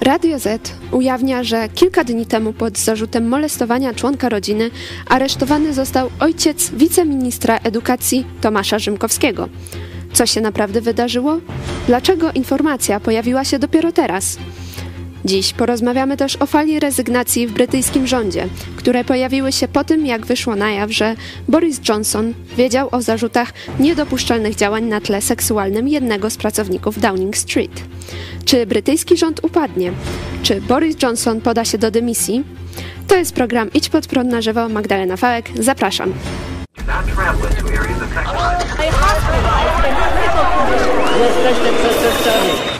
Radio Z ujawnia, że kilka dni temu pod zarzutem molestowania członka rodziny aresztowany został ojciec wiceministra edukacji Tomasza Rzymkowskiego. Co się naprawdę wydarzyło? Dlaczego informacja pojawiła się dopiero teraz? Dziś porozmawiamy też o fali rezygnacji w brytyjskim rządzie, które pojawiły się po tym, jak wyszło na jaw, że Boris Johnson wiedział o zarzutach niedopuszczalnych działań na tle seksualnym jednego z pracowników Downing Street. Czy brytyjski rząd upadnie? Czy Boris Johnson poda się do dymisji? To jest program Idź pod prąd na żywo. Magdalena Fałek, zapraszam. Jesteście przestępcami.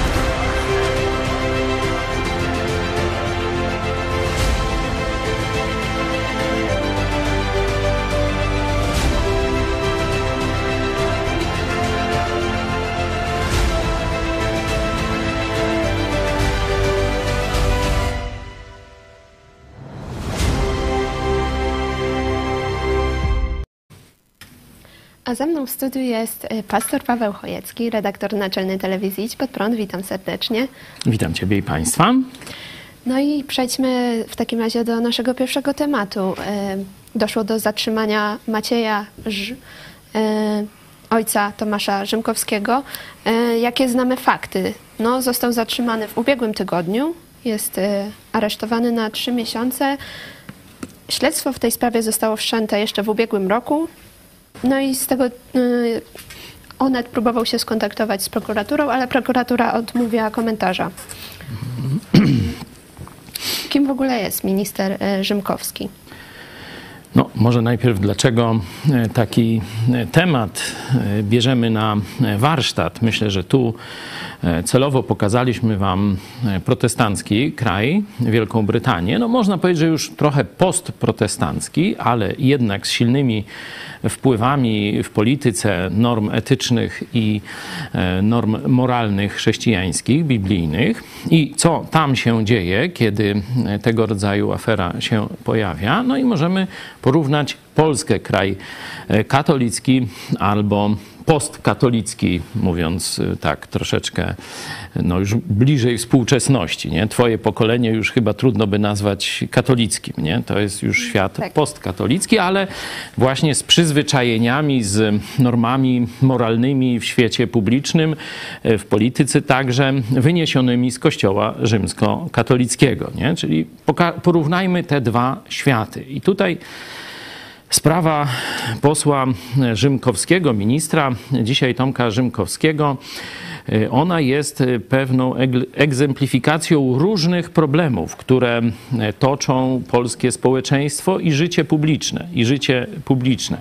A ze mną w studiu jest pastor Paweł Chojecki, redaktor naczelny telewizji Idź pod prąd. Witam serdecznie. Witam Ciebie i Państwa. No i przejdźmy w takim razie do naszego pierwszego tematu. Doszło do zatrzymania Macieja ojca Tomasza Rzymkowskiego. Jakie znamy fakty? No, został zatrzymany w ubiegłym tygodniu. Jest aresztowany na 3 miesiące. Śledztwo w tej sprawie zostało wszczęte jeszcze w ubiegłym roku. No i z tego Onet próbował się skontaktować z prokuraturą, ale prokuratura odmówiła komentarza. Kim w ogóle jest minister Rzymkowski? No, może najpierw dlaczego taki temat bierzemy na warsztat. Myślę, że tu celowo pokazaliśmy Wam protestancki kraj, Wielką Brytanię. No, można powiedzieć, że już trochę postprotestancki, ale jednak z silnymi wpływami w polityce norm etycznych i norm moralnych chrześcijańskich, biblijnych. I co tam się dzieje, kiedy tego rodzaju afera się pojawia? No i możemy porównać Polskę, kraj katolicki albo postkatolicki, mówiąc tak troszeczkę no już bliżej współczesności. Nie? Twoje pokolenie już chyba trudno by nazwać katolickim. Nie? To jest już świat postkatolicki, ale właśnie z przyzwyczajeniami, z normami moralnymi w świecie publicznym, w polityce także wyniesionymi z Kościoła rzymskokatolickiego. Nie? Czyli porównajmy te dwa światy. I tutaj sprawa posła Rzymkowskiego, ministra dzisiaj Tomka Rzymkowskiego, ona jest pewną egzemplifikacją różnych problemów, które toczą polskie społeczeństwo i życie publiczne.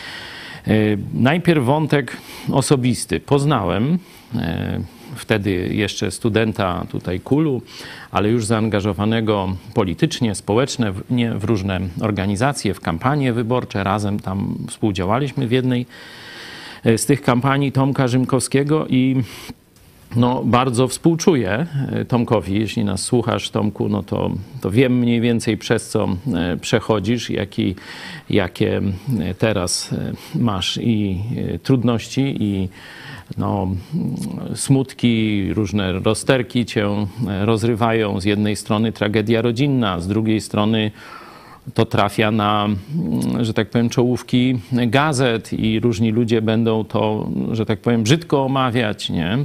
Najpierw wątek osobisty. Poznałem wtedy jeszcze studenta tutaj KUL-u, ale już zaangażowanego politycznie, społecznie w różne organizacje, w kampanie wyborcze. Razem tam współdziałaliśmy w jednej z tych kampanii Tomka Rzymkowskiego i no, bardzo współczuję Tomkowi. Jeśli nas słuchasz, Tomku, no to wiem mniej więcej przez co przechodzisz, jakie teraz masz i trudności, i no, smutki, różne rozterki cię rozrywają. Z jednej strony tragedia rodzinna, z drugiej strony to trafia na, że tak powiem, czołówki gazet i różni ludzie będą to, że tak powiem, brzydko omawiać, nie?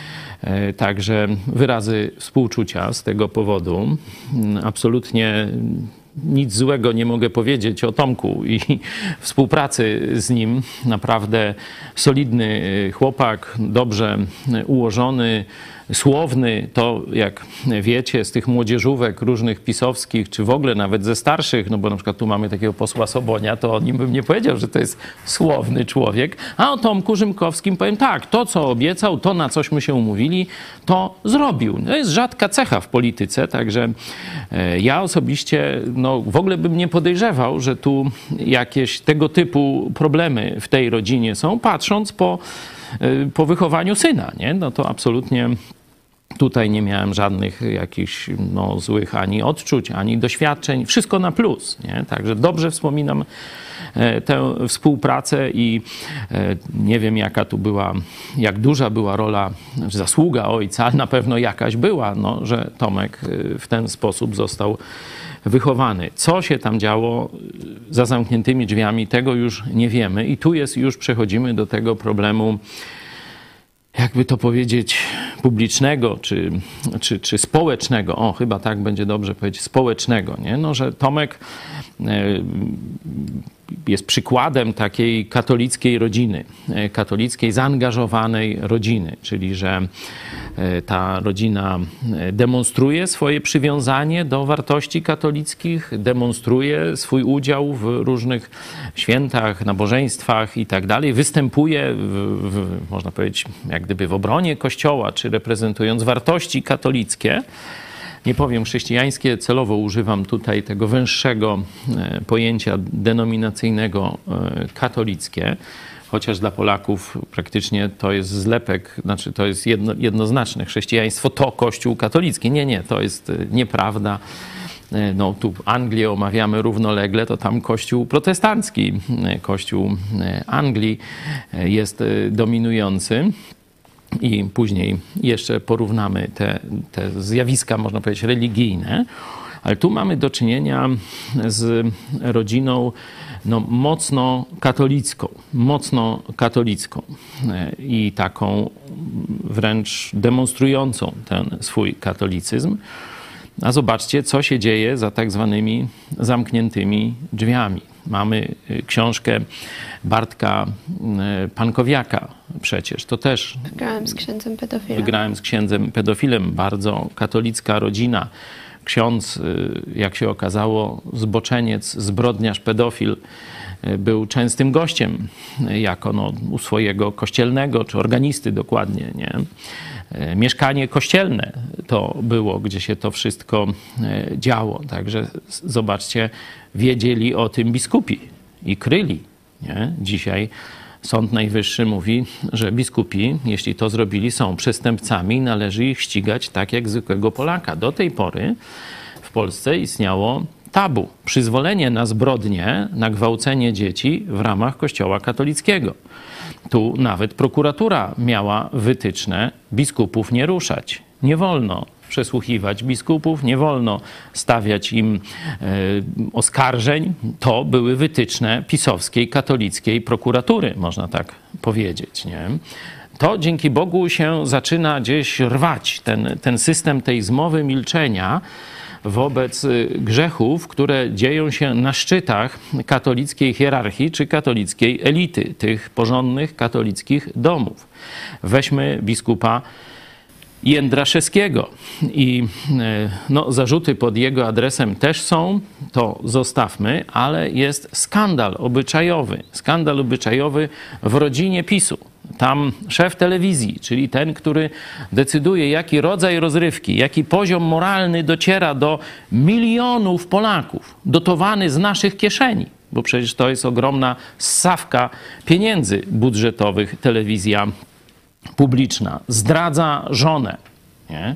Także wyrazy współczucia z tego powodu. Absolutnie nic złego nie mogę powiedzieć o Tomku i współpracy z nim. Naprawdę solidny chłopak, dobrze ułożony, słowny. To, jak wiecie, z tych młodzieżówek różnych pisowskich, czy w ogóle nawet ze starszych, no bo na przykład tu mamy takiego posła Sobonia, to o nim bym nie powiedział, że to jest słowny człowiek. A o Tomku Rzymkowskim powiem tak, to co obiecał, to na cośmy się umówili, to zrobił. To jest rzadka cecha w polityce, także ja osobiście no, w ogóle bym nie podejrzewał, że tu jakieś tego typu problemy w tej rodzinie są, patrząc po wychowaniu syna, nie? No to absolutnie Tutaj nie miałem żadnych jakichś złych ani odczuć, ani doświadczeń. Wszystko na plus, nie? Także dobrze wspominam tę współpracę i nie wiem, jak duża była rola, zasługa ojca, ale na pewno jakaś była, że Tomek w ten sposób został wychowany. Co się tam działo za zamkniętymi drzwiami, tego już nie wiemy. I tu już przechodzimy do tego problemu, jakby to powiedzieć, publicznego czy społecznego. O, chyba tak będzie dobrze powiedzieć, społecznego, nie? Że Tomek jest przykładem takiej katolickiej rodziny, katolickiej, zaangażowanej rodziny, czyli że ta rodzina demonstruje swoje przywiązanie do wartości katolickich, demonstruje swój udział w różnych świętach, nabożeństwach i tak dalej, występuje, można powiedzieć, jak gdyby w obronie Kościoła, czy reprezentując wartości katolickie. Nie powiem chrześcijańskie, celowo używam tutaj tego węższego pojęcia denominacyjnego katolickie, chociaż dla Polaków praktycznie to jest zlepek, znaczy to jest jednoznaczne. Chrześcijaństwo to Kościół katolicki. Nie, to jest nieprawda. Tu Anglię omawiamy równolegle, to tam Kościół protestancki, Kościół Anglii jest dominujący. I później jeszcze porównamy te zjawiska, można powiedzieć, religijne. Ale tu mamy do czynienia z rodziną mocno katolicką i taką wręcz demonstrującą ten swój katolicyzm. A zobaczcie, co się dzieje za tak zwanymi zamkniętymi drzwiami. Mamy książkę Bartka Pankowiaka przecież. To też... Wygrałem z księdzem pedofilem. Wygrałem z księdzem pedofilem. Bardzo katolicka rodzina. Ksiądz, jak się okazało, zboczeniec, zbrodniarz, pedofil, był częstym gościem jako u swojego kościelnego, czy organisty dokładnie, nie? Mieszkanie kościelne to było, gdzie się to wszystko działo. Także zobaczcie, wiedzieli o tym biskupi i kryli. Nie? Dzisiaj Sąd Najwyższy mówi, że biskupi, jeśli to zrobili, są przestępcami i należy ich ścigać tak jak zwykłego Polaka. Do tej pory w Polsce istniało tabu, przyzwolenie na zbrodnie, na gwałcenie dzieci w ramach Kościoła katolickiego. Tu nawet prokuratura miała wytyczne biskupów nie ruszać. Nie wolno przesłuchiwać biskupów, nie wolno stawiać im oskarżeń. To były wytyczne pisowskiej, katolickiej prokuratury, można tak powiedzieć, nie? To dzięki Bogu się zaczyna gdzieś rwać, ten system tej zmowy milczenia wobec grzechów, które dzieją się na szczytach katolickiej hierarchii czy katolickiej elity, tych porządnych katolickich domów. Weźmy biskupa Jędraszewskiego i zarzuty pod jego adresem też są, to zostawmy, ale jest skandal obyczajowy w rodzinie PiS-u. Tam szef telewizji, czyli ten, który decyduje, jaki rodzaj rozrywki, jaki poziom moralny dociera do milionów Polaków, dotowany z naszych kieszeni, bo przecież to jest ogromna ssawka pieniędzy budżetowych, telewizja publiczna, zdradza żonę, nie?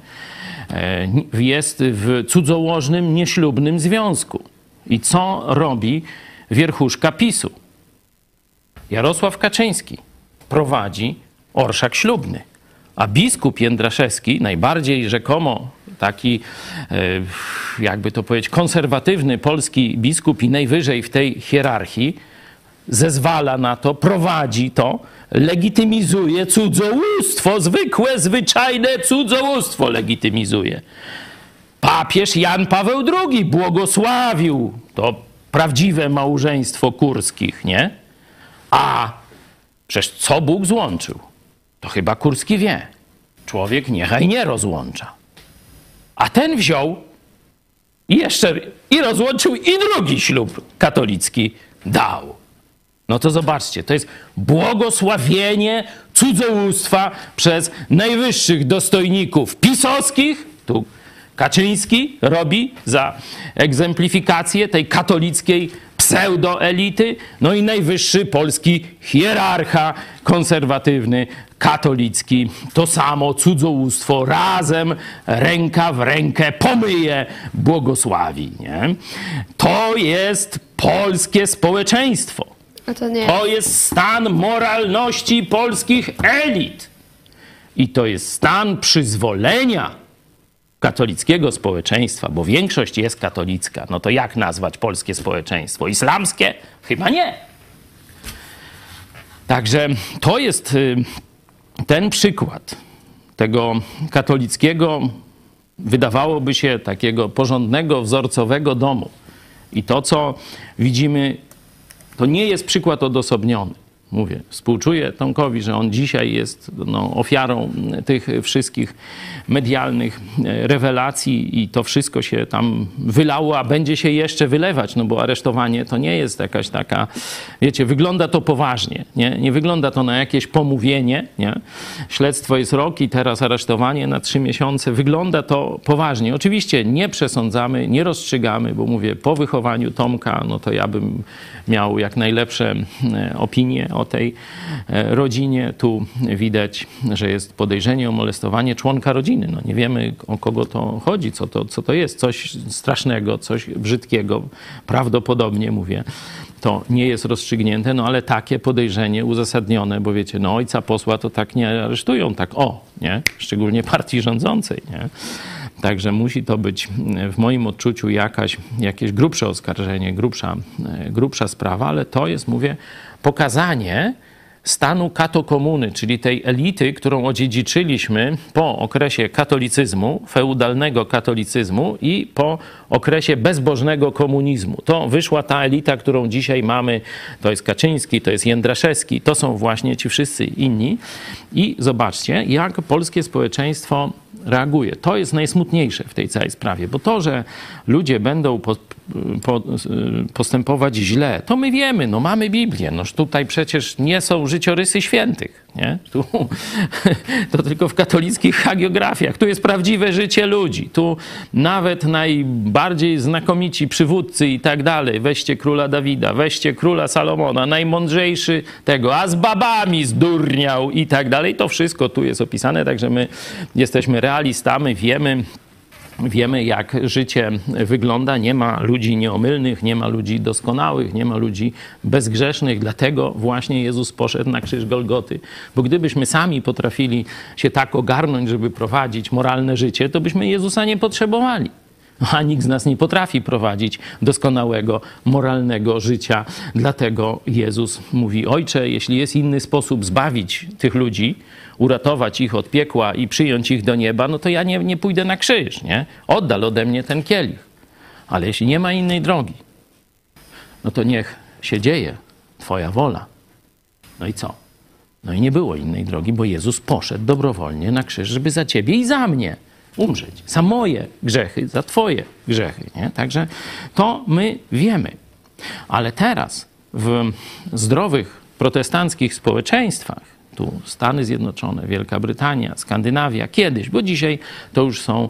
Jest w cudzołożnym, nieślubnym związku. I co robi wierchuszka PiS-u? Jarosław Kaczyński prowadzi orszak ślubny, a biskup Jędraszewski, najbardziej rzekomo taki, jakby to powiedzieć, konserwatywny polski biskup i najwyżej w tej hierarchii, zezwala na to, prowadzi to, legitymizuje cudzołóstwo, zwykłe, zwyczajne cudzołóstwo legitymizuje. Papież Jan Paweł II błogosławił to prawdziwe małżeństwo Kurskich, nie? A przecież co Bóg złączył? To chyba Kurski wie. Człowiek niechaj nie rozłącza. A ten wziął i rozłączył i drugi ślub katolicki dał. No to zobaczcie, to jest błogosławienie cudzołóstwa przez najwyższych dostojników pisowskich. Tu Kaczyński robi za egzemplifikację tej katolickiej pseudoelity, no i najwyższy polski hierarcha konserwatywny, katolicki, to samo cudzołóstwo razem, ręka w rękę pomyje, błogosławi. Nie? To jest polskie społeczeństwo. To jest stan moralności polskich elit. I to jest stan przyzwolenia katolickiego społeczeństwa, bo większość jest katolicka. No to jak nazwać polskie społeczeństwo? Islamskie? Chyba nie. Także to jest ten przykład tego katolickiego, wydawałoby się, takiego porządnego, wzorcowego domu. I to, co widzimy, to nie jest przykład odosobniony. Mówię, współczuję Tomkowi, że on dzisiaj jest ofiarą tych wszystkich medialnych rewelacji i to wszystko się tam wylało, a będzie się jeszcze wylewać, no bo aresztowanie to nie jest jakaś taka, wiecie, wygląda to poważnie, nie wygląda to na jakieś pomówienie, nie? Śledztwo jest rok i teraz aresztowanie na 3 miesiące, wygląda to poważnie. Oczywiście nie przesądzamy, nie rozstrzygamy, bo mówię, po wychowaniu Tomka, no to ja bym miał jak najlepsze opinie o tej rodzinie. Tu widać, że jest podejrzenie o molestowanie członka rodziny. No nie wiemy, o kogo to chodzi, co to jest. Coś strasznego, coś brzydkiego. Prawdopodobnie, mówię, to nie jest rozstrzygnięte, no ale takie podejrzenie uzasadnione, bo wiecie, no ojca posła to tak nie aresztują, tak nie? Szczególnie partii rządzącej, nie? Także musi to być w moim odczuciu jakieś grubsze oskarżenie, grubsza sprawa, ale to jest, mówię, pokazanie stanu katokomuny, czyli tej elity, którą odziedziczyliśmy po okresie katolicyzmu, feudalnego katolicyzmu i po okresie bezbożnego komunizmu. To wyszła ta elita, którą dzisiaj mamy, to jest Kaczyński, to jest Jędraszewski, to są właśnie ci wszyscy inni. I zobaczcie, jak polskie społeczeństwo reaguje. To jest najsmutniejsze w tej całej sprawie, bo to, że ludzie będą postępować źle, to my wiemy, no mamy Biblię, noż tutaj przecież nie są życiorysy świętych, nie? Tu, to tylko w katolickich hagiografiach. Tu jest prawdziwe życie ludzi. Tu nawet najbardziej znakomici przywódcy i tak dalej, weźcie króla Dawida, weźcie króla Salomona, najmądrzejszy tego, a z babami zdurniał i tak dalej. To wszystko tu jest opisane, także my jesteśmy realistami, wiemy, jak życie wygląda. Nie ma ludzi nieomylnych, nie ma ludzi doskonałych, nie ma ludzi bezgrzesznych. Dlatego właśnie Jezus poszedł na krzyż Golgoty. Bo gdybyśmy sami potrafili się tak ogarnąć, żeby prowadzić moralne życie, to byśmy Jezusa nie potrzebowali. A nikt z nas nie potrafi prowadzić doskonałego, moralnego życia. Dlatego Jezus mówi, Ojcze, jeśli jest inny sposób zbawić tych ludzi, uratować ich od piekła i przyjąć ich do nieba, no to ja nie pójdę na krzyż, nie? Oddal ode mnie ten kielich. Ale jeśli nie ma innej drogi, no to niech się dzieje Twoja wola. No i co? No i nie było innej drogi, bo Jezus poszedł dobrowolnie na krzyż, żeby za ciebie i za mnie umrzeć. Za moje grzechy, za twoje grzechy, nie? Także to my wiemy. Ale teraz w zdrowych protestanckich społeczeństwach, tu Stany Zjednoczone, Wielka Brytania, Skandynawia, kiedyś, bo dzisiaj to już są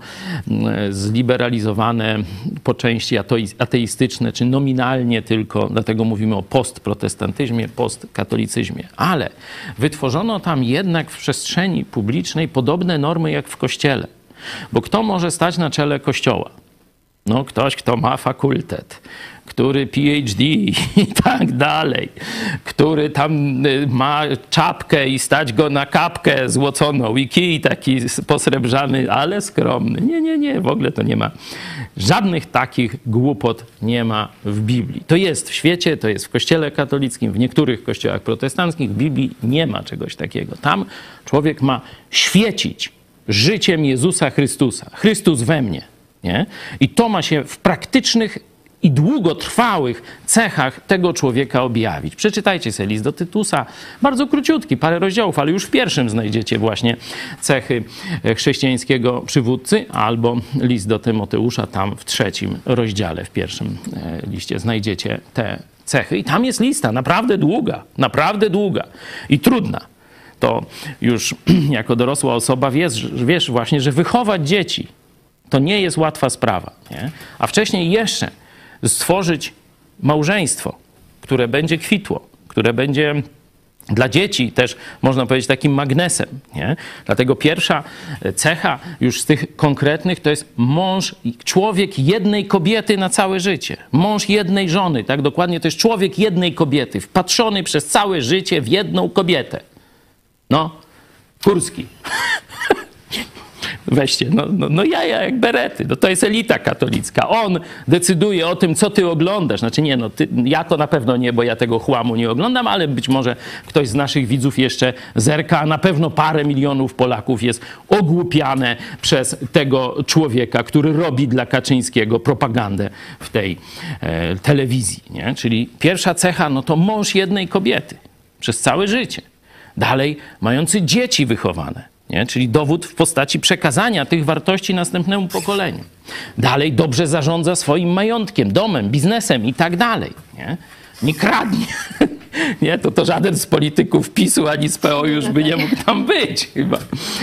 zliberalizowane po części ateistyczne, czy nominalnie tylko, dlatego mówimy o postprotestantyzmie, postkatolicyzmie. Ale wytworzono tam jednak w przestrzeni publicznej podobne normy jak w Kościele. Bo kto może stać na czele Kościoła? No ktoś, kto ma fakultet, który PhD i tak dalej, który tam ma czapkę i stać go na kapkę złoconą i kij taki posrebrzany, ale skromny. Nie, w ogóle to nie ma. Żadnych takich głupot nie ma w Biblii. To jest w świecie, to jest w Kościele katolickim, w niektórych kościołach protestanckich, w Biblii nie ma czegoś takiego. Tam człowiek ma świecić życiem Jezusa Chrystusa. Chrystus we mnie. Nie? I to ma się w praktycznych i długotrwałych cechach tego człowieka objawić. Przeczytajcie sobie list do Tytusa, bardzo króciutki, parę rozdziałów, ale już w pierwszym znajdziecie właśnie cechy chrześcijańskiego przywódcy, albo list do Tymoteusza, tam w 3 rozdziale, w pierwszym liście znajdziecie te cechy. I tam jest lista naprawdę długa i trudna. To już jako dorosła osoba wiesz właśnie, że wychować dzieci To nie jest łatwa sprawa. Nie? A wcześniej jeszcze stworzyć małżeństwo, które będzie kwitło, które będzie dla dzieci też, można powiedzieć, takim magnesem. Nie? Dlatego pierwsza cecha już z tych konkretnych to jest mąż, człowiek jednej kobiety na całe życie. Mąż jednej żony, tak dokładnie to jest człowiek jednej kobiety, wpatrzony przez całe życie w jedną kobietę. No, Kurski. Weźcie, no jaja jak berety. No to jest elita katolicka. On decyduje o tym, co ty oglądasz. Znaczy nie, ja to na pewno nie, bo ja tego chłamu nie oglądam, ale być może ktoś z naszych widzów jeszcze zerka. Na pewno parę milionów Polaków jest ogłupiane przez tego człowieka, który robi dla Kaczyńskiego propagandę w tej telewizji. Nie? Czyli pierwsza cecha, no to mąż jednej kobiety przez całe życie. Dalej, mający dzieci wychowane. Nie? Czyli dowód w postaci przekazania tych wartości następnemu pokoleniu. Dalej dobrze zarządza swoim majątkiem, domem, biznesem i tak dalej. Nie kradnie. Nie, to żaden z polityków PiS-u ani z PO już by nie mógł tam być chyba.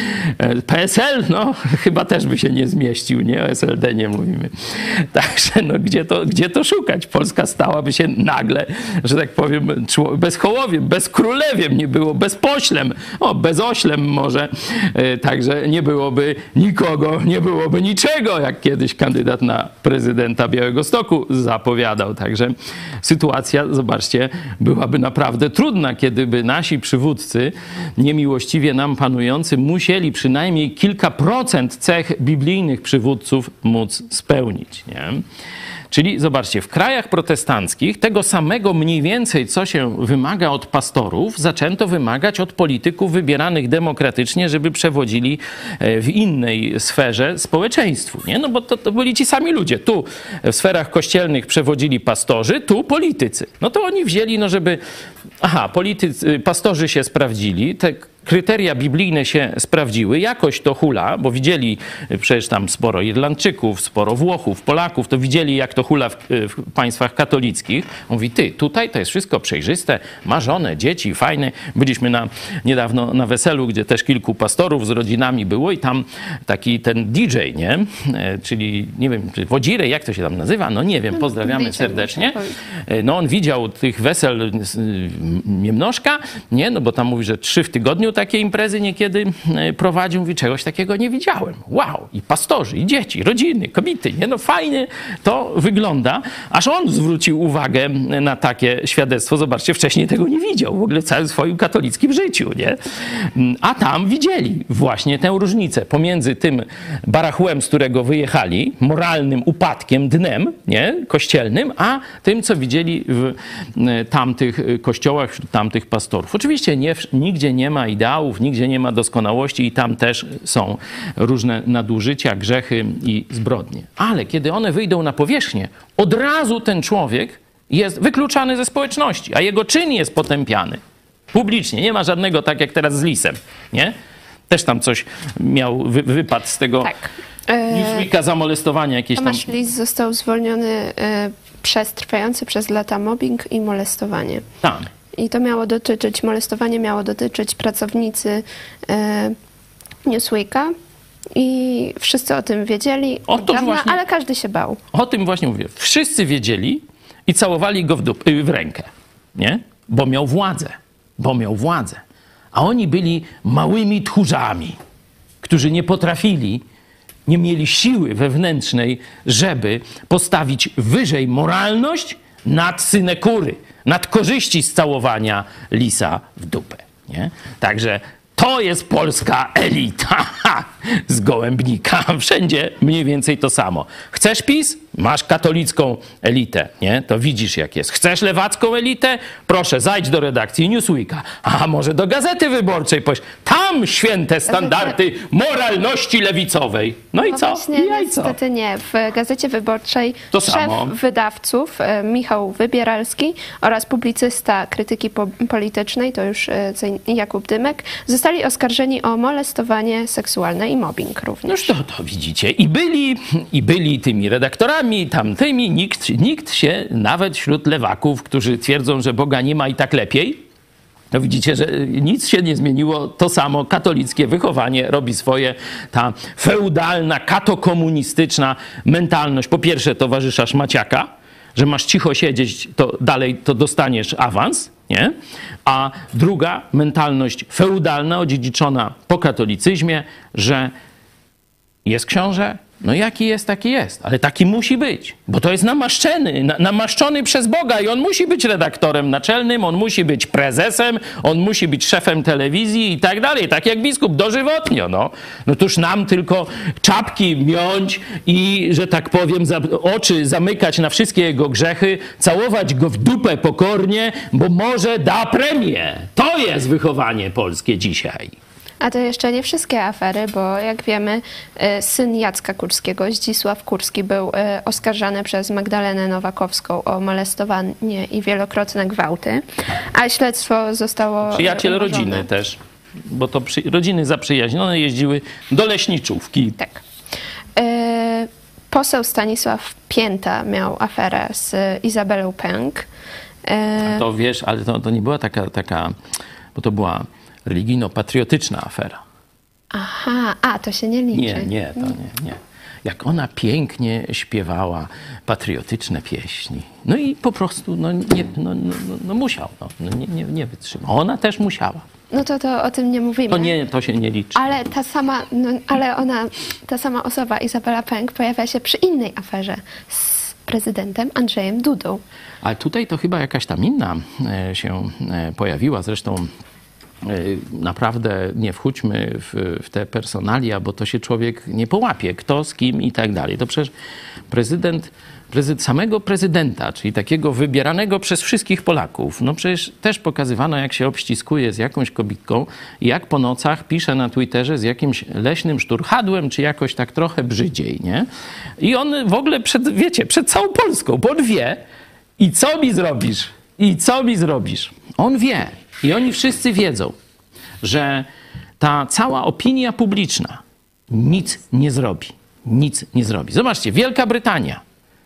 PSL, no chyba też by się nie zmieścił, nie? O SLD nie mówimy. Także no gdzie to szukać? Polska stałaby się nagle, że tak powiem, bez Hołowiem, bez Królewiem, nie było bez poślem, bez oślem może. Także nie byłoby nikogo, nie byłoby niczego, jak kiedyś kandydat na prezydenta Białegostoku zapowiadał. Także sytuacja, zobaczcie, byłaby naprawdę trudna, kiedyby nasi przywódcy, niemiłościwie nam panujący, musieli przynajmniej kilka procent cech biblijnych przywódców móc spełnić. Nie? Czyli zobaczcie, w krajach protestanckich tego samego mniej więcej, co się wymaga od pastorów, zaczęto wymagać od polityków wybieranych demokratycznie, żeby przewodzili w innej sferze społeczeństwu. Nie? No bo to byli ci sami ludzie. Tu w sferach kościelnych przewodzili pastorzy, tu politycy. No to oni wzięli, żeby... pastorzy się sprawdzili, te kryteria biblijne się sprawdziły, jakoś to hula, bo widzieli przecież tam sporo Irlandczyków, sporo Włochów, Polaków, to widzieli, jak to hula w państwach katolickich. Mówi, tutaj to jest wszystko przejrzyste, ma żonę, dzieci, fajne. Byliśmy niedawno na weselu, gdzie też kilku pastorów z rodzinami było i tam taki ten DJ, nie? Czyli, nie wiem, Wodzirej, jak to się tam nazywa? No nie wiem, pozdrawiamy serdecznie. No on widział tych wesel niemnożka, nie? No bo tam mówi, że 3 w tygodniu takie imprezy niekiedy prowadził. Mówi, czegoś takiego nie widziałem. Wow! I pastorzy, i dzieci, rodziny, kobiety. Nie? No fajnie to wygląda. Aż on zwrócił uwagę na takie świadectwo. Zobaczcie, wcześniej tego nie widział w ogóle w całym swoim katolickim życiu. Nie? A tam widzieli właśnie tę różnicę pomiędzy tym barachłem, z którego wyjechali, moralnym upadkiem, dnem, nie? Kościelnym, a tym, co widzieli w tamtych kościołach, wśród tamtych pastorów. Oczywiście nigdzie nie ma ideałów, nigdzie nie ma doskonałości i tam też są różne nadużycia, grzechy i zbrodnie. Ale kiedy one wyjdą na powierzchnię, od razu ten człowiek jest wykluczany ze społeczności, a jego czyn jest potępiany publicznie. Nie ma żadnego, tak jak teraz z Lisem, nie? Też tam coś miał wypad z tego Newsweeka za molestowanie jakieś tam. Tomasz Lis został zwolniony przez trwający przez lata mobbing i molestowanie. Tak. I to miało dotyczyć, molestowanie miało dotyczyć pracownicy Newsweeka i wszyscy o tym wiedzieli od dawna, ale każdy się bał. O tym właśnie mówię. Wszyscy wiedzieli i całowali go w rękę, nie? Bo miał władzę. A oni byli małymi tchórzami, którzy nie mieli siły wewnętrznej, żeby postawić wyżej moralność nad synekury, nad korzyści z całowania lisa w dupę. Nie? Także to jest polska elita z Gołębnika. Wszędzie mniej więcej to samo. Chcesz PiS? Masz katolicką elitę, nie? To widzisz, jak jest. Chcesz lewacką elitę? Proszę, zajdź do redakcji Newsweeka. A może do Gazety Wyborczej? Tam święte standardy moralności lewicowej. No i co? Właśnie, niestety nie. W Gazecie Wyborczej to szef samo. Wydawców Michał Wybieralski oraz publicysta krytyki politycznej, to już Jakub Dymek, zostali oskarżeni o molestowanie seksualne i mobbing również. Noż to widzicie. I byli tymi redaktorami, tamtymi. Nikt się, nawet wśród lewaków, którzy twierdzą, że Boga nie ma i tak lepiej, No widzicie, że nic się nie zmieniło, to samo katolickie wychowanie robi swoje, ta feudalna, katokomunistyczna mentalność, po pierwsze towarzysza Szmaciaka, że masz cicho siedzieć, to dalej to dostaniesz awans, nie? A druga mentalność feudalna, odziedziczona po katolicyzmie, że jest książę, no jaki jest, taki jest, ale taki musi być, bo to jest namaszczony przez Boga i on musi być redaktorem naczelnym, on musi być prezesem, on musi być szefem telewizji i tak dalej, tak jak biskup, dożywotnio, no. No toż nam tylko czapki miąć i, że tak powiem, oczy zamykać na wszystkie jego grzechy, całować go w dupę pokornie, bo może da premię. To jest wychowanie polskie dzisiaj. A to jeszcze nie wszystkie afery, bo jak wiemy, syn Jacka Kurskiego, Zdzisław Kurski, był oskarżany przez Magdalenę Nowakowską o molestowanie i wielokrotne gwałty, a śledztwo zostało Przyjaciel umorzone. rodziny też, bo to rodziny zaprzyjaźnione jeździły do leśniczówki. Tak. Poseł Stanisław Pięta miał aferę z Izabelą Pęk. To wiesz, ale to nie była taka, bo to była religijno-patriotyczna afera. Aha, to się nie liczy. Nie. Jak ona pięknie śpiewała patriotyczne pieśni. No i po prostu musiał. Nie wytrzymał. Ona też musiała. No to o tym nie mówimy. To się nie liczy. Ale ta sama osoba, Izabela Pęk, pojawia się przy innej aferze z prezydentem Andrzejem Dudą. Ale tutaj to chyba jakaś tam inna się pojawiła. Zresztą naprawdę nie wchódźmy w te personalia, bo to się człowiek nie połapie, kto z kim i tak dalej. To przecież samego prezydenta, czyli takiego wybieranego przez wszystkich Polaków, no przecież też pokazywano, jak się obściskuje z jakąś kobietką i jak po nocach pisze na Twitterze z jakimś leśnym szturchadłem, czy jakoś tak trochę brzydziej, nie? I on w ogóle przed całą Polską, bo on wie i co mi zrobisz? On wie. I oni wszyscy wiedzą, że ta cała opinia publiczna nic nie zrobi. Nic nie zrobi. Zobaczcie, Wielka Brytania.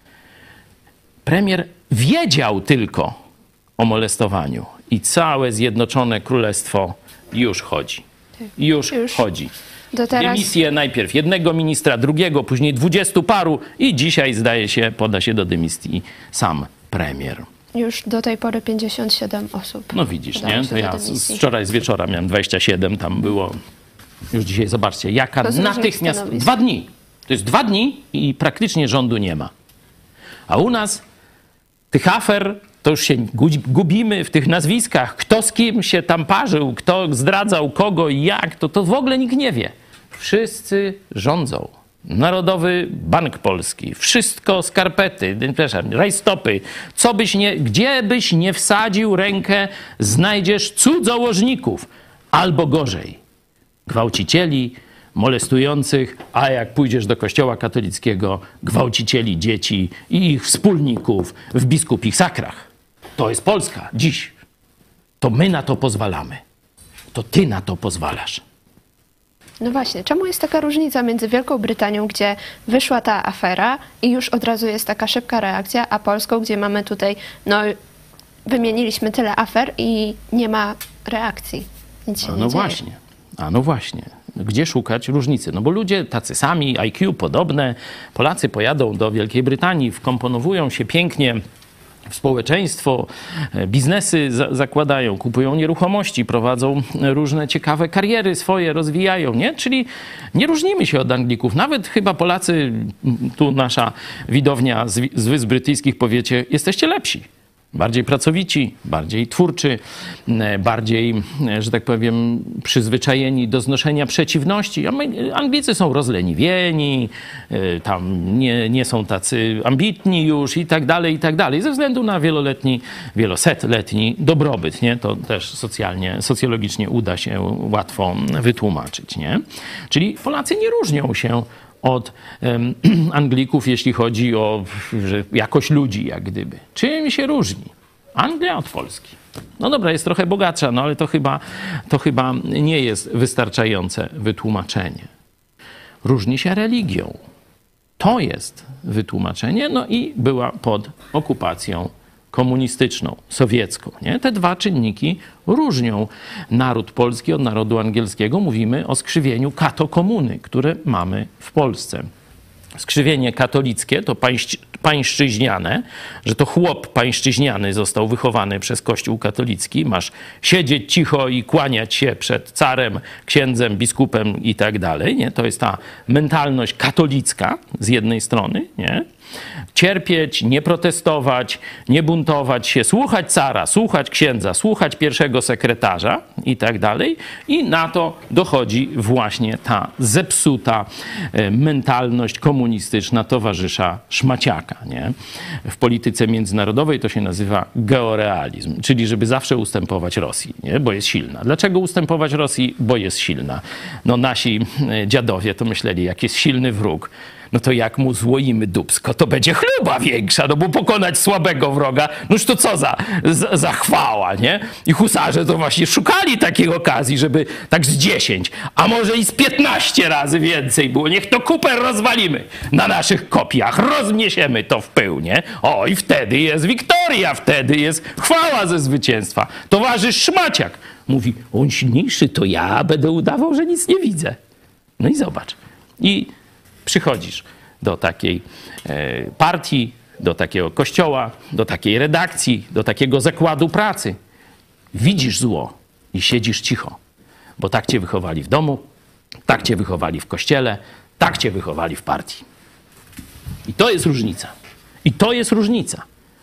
Premier wiedział tylko o molestowaniu i całe Zjednoczone Królestwo już chodzi. Już chodzi. Dymisję najpierw jednego ministra, drugiego, później 20 paru i dzisiaj, zdaje się, poda się do dymisji sam premier. Już do tej pory 57 osób. No widzisz, nie? To ja wczoraj z wieczora miałem 27, tam było już dzisiaj, zobaczcie, jaka natychmiast 2 dni. To jest 2 dni i praktycznie rządu nie ma. A u nas tych afer to już się gubimy w tych nazwiskach. Kto z kim się tam parzył, kto zdradzał kogo i jak, to w ogóle nikt nie wie. Wszyscy rządzą. Narodowy Bank Polski, wszystko skarpety, rajstopy, gdzie byś nie wsadził rękę, znajdziesz cudzołożników, albo gorzej, gwałcicieli, molestujących, a jak pójdziesz do kościoła katolickiego, gwałcicieli dzieci i ich wspólników w biskupich sakrach. To jest Polska dziś. To my na to pozwalamy. To ty na to pozwalasz. No właśnie, czemu jest taka różnica między Wielką Brytanią, gdzie wyszła ta afera i już od razu jest taka szybka reakcja, a Polską, gdzie mamy tutaj, wymieniliśmy tyle afer i nie ma reakcji. Nic się nie dzieje. No właśnie. Gdzie szukać różnicy? No bo ludzie tacy sami, IQ podobne, Polacy pojadą do Wielkiej Brytanii, wkomponowują się pięknie w społeczeństwo, biznesy zakładają, kupują nieruchomości, prowadzą różne ciekawe kariery swoje, rozwijają, nie? Czyli nie różnimy się od Anglików. Nawet chyba Polacy, tu nasza widownia z Wysp Brytyjskich, powiecie, jesteście lepsi. Bardziej pracowici, bardziej twórczy, bardziej, że tak powiem, przyzwyczajeni do znoszenia przeciwności. Anglicy są rozleniwieni, tam nie są tacy ambitni już i tak dalej, ze względu na wielosetletni dobrobyt, nie? To też socjologicznie uda się łatwo wytłumaczyć, nie? Czyli Polacy nie różnią się od Anglików, jeśli chodzi o jakość ludzi, jak gdyby. Czym się różni Anglia od Polski? No dobra, jest trochę bogatsza, no ale to chyba nie jest wystarczające wytłumaczenie. Różni się religią. To jest wytłumaczenie. No i była pod okupacją komunistyczną, sowiecką. Nie? Te dwa czynniki różnią naród polski od narodu angielskiego. Mówimy o skrzywieniu katokomuny, które mamy w Polsce. Skrzywienie katolickie to pańszczyźniane, że to chłop pańszczyźniany został wychowany przez Kościół katolicki. Masz siedzieć cicho i kłaniać się przed carem, księdzem, biskupem i tak dalej. Nie? To jest ta mentalność katolicka z jednej strony. Nie? Cierpieć, nie protestować, nie buntować się, słuchać cara, słuchać księdza, słuchać pierwszego sekretarza i tak dalej. I na to dochodzi właśnie ta zepsuta mentalność komunistyczna towarzysza Szmaciaka. Nie? W polityce międzynarodowej to się nazywa georealizm, czyli żeby zawsze ustępować Rosji, nie? Bo jest silna. Dlaczego ustępować Rosji? Bo jest silna. No nasi dziadowie to myśleli, jak jest silny wróg, no to jak mu złoimy dupsko, to będzie chluba większa, no bo pokonać słabego wroga, noż to co za chwała, nie? I husarze to właśnie szukali takiej okazji, żeby tak z 10, a może i z 15 razy więcej było. Niech to kuper rozwalimy na naszych kopiach, rozniesiemy to w pył, nie? O, i wtedy jest wiktoria, wtedy jest chwała ze zwycięstwa. Towarzysz Szmaciak mówi, on silniejszy, to ja będę udawał, że nic nie widzę. No i zobacz. I przychodzisz do takiej partii, do takiego kościoła, do takiej redakcji, do takiego zakładu pracy. Widzisz zło i siedzisz cicho, bo tak cię wychowali w domu, tak cię wychowali w kościele, tak cię wychowali w partii. I to jest różnica. I to jest różnica,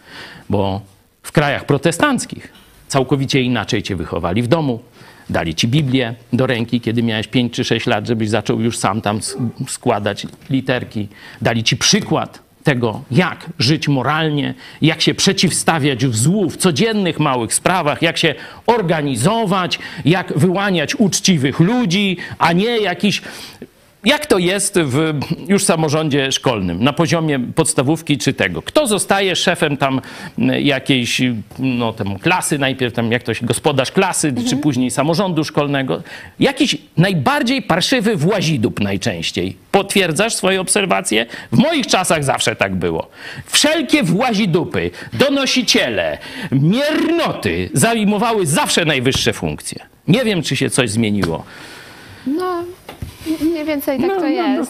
bo w krajach protestanckich całkowicie inaczej cię wychowali w domu. Dali ci Biblię do ręki, kiedy miałeś 5 czy 6 lat, żebyś zaczął już sam tam składać literki. Dali ci przykład tego, jak żyć moralnie, jak się przeciwstawiać złu w codziennych małych sprawach, jak się organizować, jak wyłaniać uczciwych ludzi, a nie jakiś... Jak to jest w już samorządzie szkolnym, na poziomie podstawówki czy tego? Kto zostaje szefem tam jakiejś no, tam klasy, najpierw tam jak to się, gospodarz klasy, czy później samorządu szkolnego? Jakiś najbardziej parszywy włazidup najczęściej. Potwierdzasz swoje obserwacje? W moich czasach zawsze tak było. Wszelkie włazidupy, donosiciele, miernoty zajmowały zawsze najwyższe funkcje. Nie wiem, czy się coś zmieniło. No... Mniej więcej tak to jest.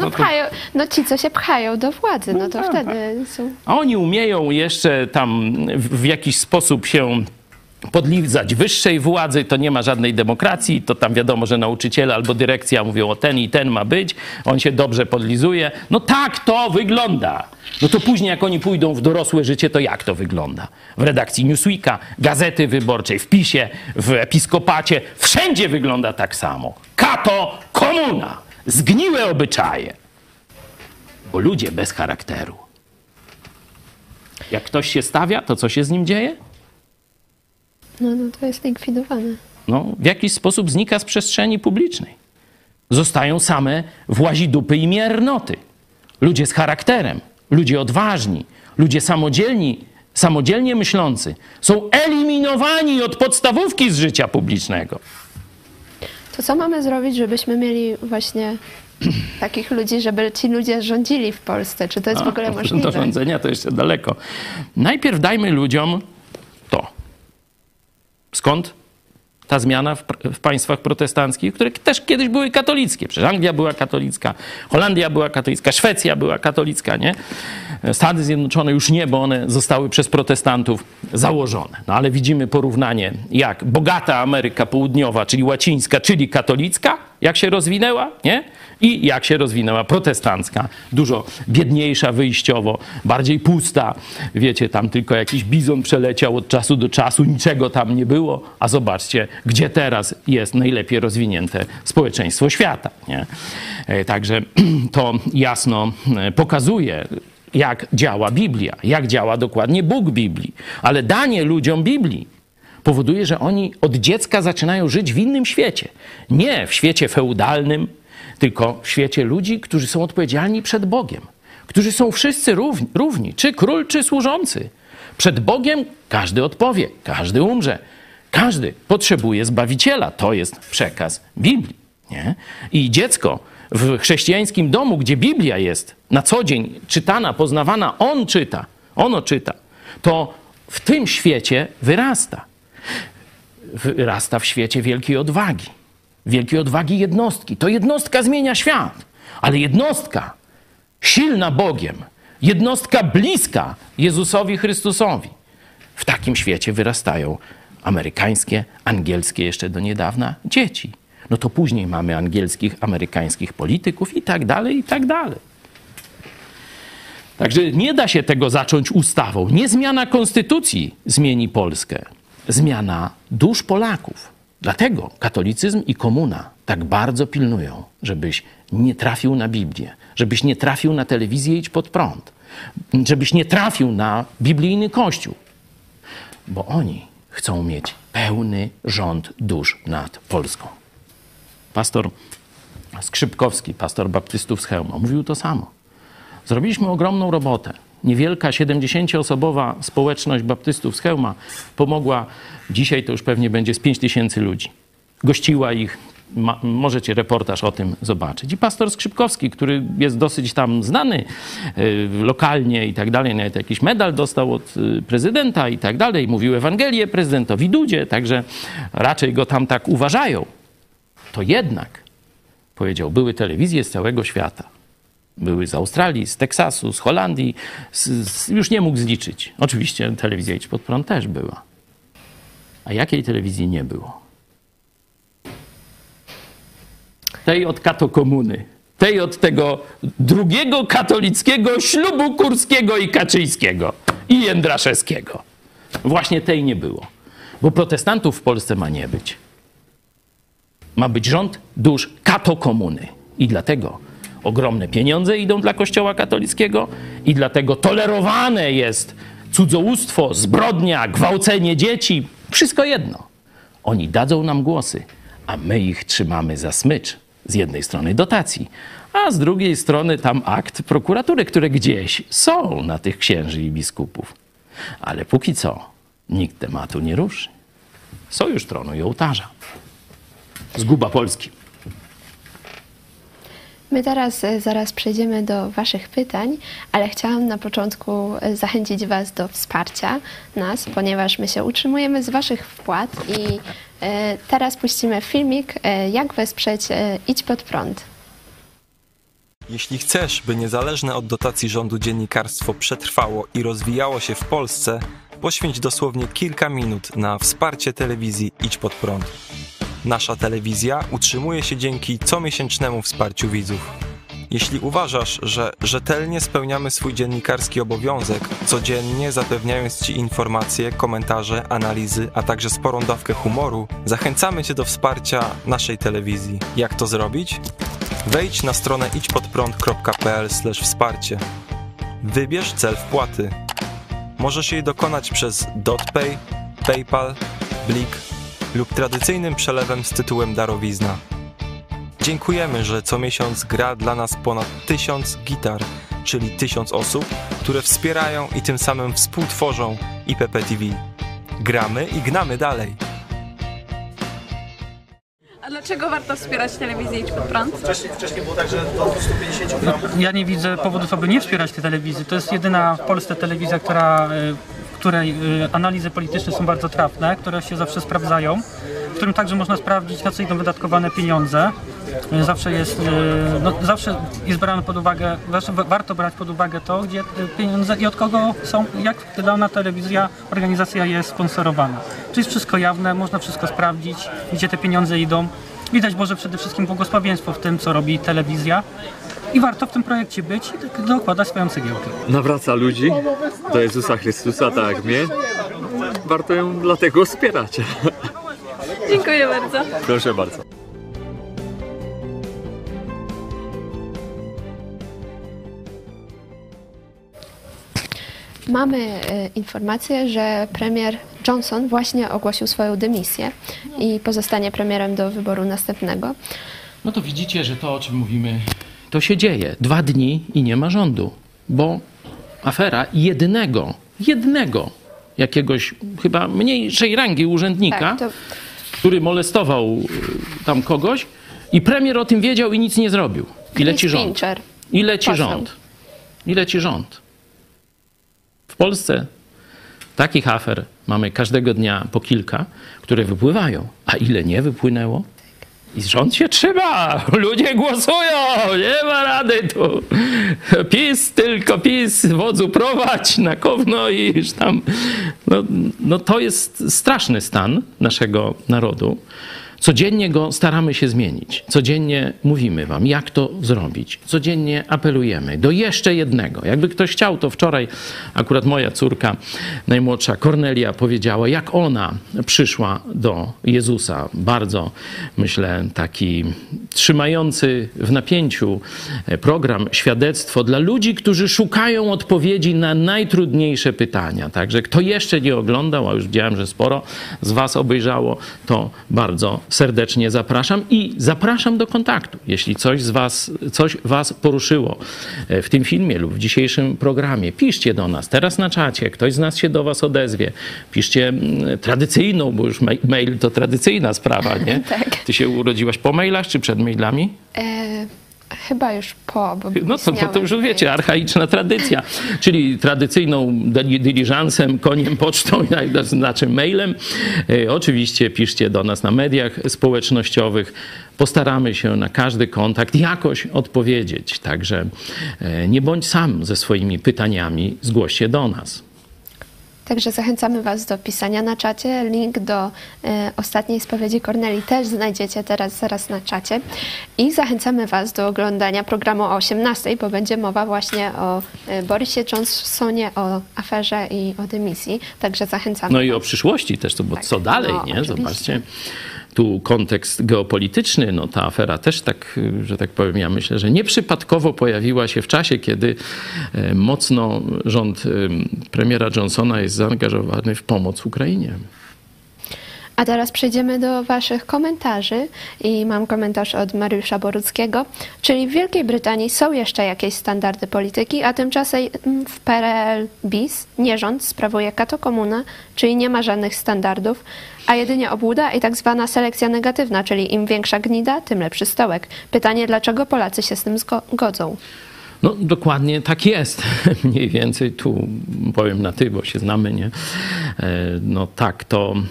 No ci, co się pchają do władzy, no to wtedy są... A oni umieją jeszcze tam w jakiś sposób się podlizać wyższej władzy, to nie ma żadnej demokracji, to tam wiadomo, że nauczyciele albo dyrekcja mówią o ten i ten ma być, on się dobrze podlizuje. No tak to wygląda. No to później jak oni pójdą w dorosłe życie, to jak to wygląda? W redakcji Newsweeka, Gazety Wyborczej, w PiSie, w Episkopacie, wszędzie wygląda tak samo. Kato, komuna, zgniłe obyczaje. Bo ludzie bez charakteru. Jak ktoś się stawia, to co się z nim dzieje? No to jest likwidowane. No, w jakiś sposób znika z przestrzeni publicznej. Zostają same włazidupy i miernoty. Ludzie z charakterem, ludzie odważni, ludzie samodzielnie myślący są eliminowani od podstawówki z życia publicznego. To co mamy zrobić, żebyśmy mieli właśnie takich ludzi, żeby ci ludzie rządzili w Polsce? Czy to jest w ogóle możliwe? Do rządzenia to jeszcze daleko. Najpierw dajmy ludziom to. Skąd ta zmiana w państwach protestanckich, które też kiedyś były katolickie? Przecież Anglia była katolicka, Holandia była katolicka, Szwecja była katolicka, nie? Stany Zjednoczone już nie, bo one zostały przez protestantów założone. No ale widzimy porównanie, jak bogata Ameryka Południowa, czyli łacińska, czyli katolicka, jak się rozwinęła, nie? I jak się rozwinęła protestancka, dużo biedniejsza wyjściowo, bardziej pusta. Wiecie, tam tylko jakiś bizon przeleciał od czasu do czasu, niczego tam nie było. A zobaczcie, gdzie teraz jest najlepiej rozwinięte społeczeństwo świata, nie? Także to jasno pokazuje, jak działa Biblia, jak działa dokładnie Bóg Biblii. Ale danie ludziom Biblii powoduje, że oni od dziecka zaczynają żyć w innym świecie. Nie w świecie feudalnym, tylko w świecie ludzi, którzy są odpowiedzialni przed Bogiem. Którzy są wszyscy równi, czy król, czy służący. Przed Bogiem każdy odpowie, każdy umrze. Każdy potrzebuje Zbawiciela. To jest przekaz Biblii. Nie? I dziecko w chrześcijańskim domu, gdzie Biblia jest na co dzień czytana, poznawana, ono czyta, to w tym świecie wyrasta. Wyrasta w świecie wielkiej odwagi jednostki. To jednostka zmienia świat, ale jednostka silna Bogiem, jednostka bliska Jezusowi Chrystusowi. W takim świecie wyrastają amerykańskie, angielskie jeszcze do niedawna dzieci. No to później mamy angielskich, amerykańskich polityków i tak dalej, i tak dalej. Także nie da się tego zacząć ustawą. Nie zmiana konstytucji zmieni Polskę. Zmiana dusz Polaków. Dlatego katolicyzm i komuna tak bardzo pilnują, żebyś nie trafił na Biblię, żebyś nie trafił na telewizję Idź Pod Prąd, żebyś nie trafił na biblijny Kościół. Bo oni chcą mieć pełny rząd dusz nad Polską. Pastor Skrzypkowski, pastor baptystów z Chełma, mówił to samo. Zrobiliśmy ogromną robotę. Niewielka 70-osobowa społeczność baptystów z Chełma pomogła, dzisiaj to już pewnie będzie z 5000 ludzi. Gościła ich, możecie reportaż o tym zobaczyć. I pastor Skrzypkowski, który jest dosyć tam znany lokalnie i tak dalej, nawet jakiś medal dostał od prezydenta i tak dalej, mówił Ewangelię prezydentowi Dudzie, także raczej go tam tak uważają. To jednak, powiedział, były telewizje z całego świata. Były z Australii, z Teksasu, z Holandii. Już nie mógł zliczyć. Oczywiście telewizja Idź Pod Prąd też była. A jakiej telewizji nie było? Tej od katokomuny. Tej od tego drugiego katolickiego ślubu Kurskiego i Kaczyńskiego. I Jędraszewskiego. Właśnie tej nie było. Bo protestantów w Polsce ma nie być. Ma być rząd dusz katokomuny. I dlatego ogromne pieniądze idą dla Kościoła katolickiego i dlatego tolerowane jest cudzołóstwo, zbrodnia, gwałcenie dzieci. Wszystko jedno. Oni dadzą nam głosy, a my ich trzymamy za smycz. Z jednej strony dotacji, a z drugiej strony tam akt prokuratury, które gdzieś są na tych księży i biskupów. Ale póki co nikt tematu nie ruszy. Sojusz Tronu i Ołtarza. Zguba Polski. My teraz zaraz przejdziemy do waszych pytań, ale chciałam na początku zachęcić was do wsparcia nas, ponieważ my się utrzymujemy z waszych wpłat i teraz puścimy filmik, jak wesprzeć Idź Pod Prąd. Jeśli chcesz, by niezależne od dotacji rządu dziennikarstwo przetrwało i rozwijało się w Polsce, poświęć dosłownie kilka minut na wsparcie telewizji Idź Pod Prąd. Nasza telewizja utrzymuje się dzięki comiesięcznemu wsparciu widzów. Jeśli uważasz, że rzetelnie spełniamy swój dziennikarski obowiązek, codziennie zapewniając Ci informacje, komentarze, analizy, a także sporą dawkę humoru, zachęcamy Cię do wsparcia naszej telewizji. Jak to zrobić? Wejdź na stronę idźpodprąd.pl/wsparcie. Wybierz cel wpłaty. Możesz jej dokonać przez DotPay, PayPal, Blik lub tradycyjnym przelewem z tytułem darowizna. Dziękujemy, że co miesiąc gra dla nas ponad 1000 gitar, czyli 1000 osób, które wspierają i tym samym współtworzą IPP TV. Gramy i gnamy dalej. A dlaczego warto wspierać telewizję Idź Pod Prąd? Wcześniej było tak, że do 150 gram. Ja nie widzę powodów, aby nie wspierać tej telewizji. To jest jedyna w Polsce telewizja, w której analizy polityczne są bardzo trafne, które się zawsze sprawdzają, w którym także można sprawdzić, na co idą wydatkowane pieniądze. Zawsze jest brane pod uwagę, warto brać pod uwagę to, gdzie pieniądze i od kogo są, jak dana telewizja, organizacja jest sponsorowana. To jest wszystko jawne, można wszystko sprawdzić, gdzie te pieniądze idą. Widać Boże przede wszystkim błogosławieństwo w tym, co robi telewizja. I warto w tym projekcie być i dokładać swoją cegiełkę. Nawraca ludzi do Jezusa Chrystusa, tak jak mnie. Warto ją dlatego wspierać. Dziękuję bardzo. Proszę bardzo. Mamy informację, że premier Johnson właśnie ogłosił swoją dymisję i pozostanie premierem do wyboru następnego. No to widzicie, że to, o czym mówimy, to się dzieje. 2 dni i nie ma rządu, bo afera jednego jakiegoś chyba mniejszej rangi urzędnika, tak, który molestował tam kogoś i premier o tym wiedział i nic nie zrobił. I leci rząd. I leci rząd. W Polsce Takich afer mamy każdego dnia po kilka, które wypływają. A ile nie wypłynęło? I rząd się trzyma, ludzie głosują, nie ma rady tu. PiS, tylko PiS, wodzu prowadź na Kowno i już tam. No to jest straszny stan naszego narodu. Codziennie go staramy się zmienić. Codziennie mówimy wam, jak to zrobić. Codziennie apelujemy do jeszcze jednego. Jakby ktoś chciał, to wczoraj akurat moja córka najmłodsza, Kornelia, powiedziała, jak ona przyszła do Jezusa. Bardzo, myślę, taki trzymający w napięciu program, świadectwo dla ludzi, którzy szukają odpowiedzi na najtrudniejsze pytania. Także kto jeszcze nie oglądał, a już widziałem, że sporo z was obejrzało, to bardzo serdecznie zapraszam i zapraszam do kontaktu. Jeśli coś was poruszyło w tym filmie lub w dzisiejszym programie, piszcie do nas teraz na czacie, ktoś z nas się do was odezwie. Piszcie tradycyjną, bo już mail to tradycyjna sprawa, nie? Tak. Ty się urodziłaś po mailach czy przed mailami? Chyba już po, bo no to już wiecie, archaiczna tradycja, czyli tradycyjną dyliżansem, koniem, pocztą, znaczy mailem. Oczywiście piszcie do nas na mediach społecznościowych. Postaramy się na każdy kontakt jakoś odpowiedzieć. Także nie bądź sam ze swoimi pytaniami, zgłoś się do nas. Także zachęcamy was do pisania na czacie. Link do ostatniej spowiedzi Kornelii też znajdziecie zaraz na czacie. I zachęcamy was do oglądania programu o 18:00, bo będzie mowa właśnie o Borisie Johnsonie, o aferze i o dymisji. Także zachęcamy. No i o przyszłości też, bo tak, co dalej, nie? Oczywiście. Zobaczcie. Tu kontekst geopolityczny, no ta afera też tak, że tak powiem, ja myślę, że nieprzypadkowo pojawiła się w czasie, kiedy mocno rząd premiera Johnsona jest zaangażowany w pomoc Ukrainie. A teraz przejdziemy do waszych komentarzy i mam komentarz od Mariusza Boruckiego. Czyli w Wielkiej Brytanii są jeszcze jakieś standardy polityki, a tymczasem w PRL bis nie rząd sprawuje katokomuna, czyli nie ma żadnych standardów, a jedynie obłuda i tak zwana selekcja negatywna, czyli im większa gnida, tym lepszy stołek. Pytanie, dlaczego Polacy się z tym godzą? No dokładnie tak jest. Mniej więcej tu powiem na ty, bo się znamy, nie? No tak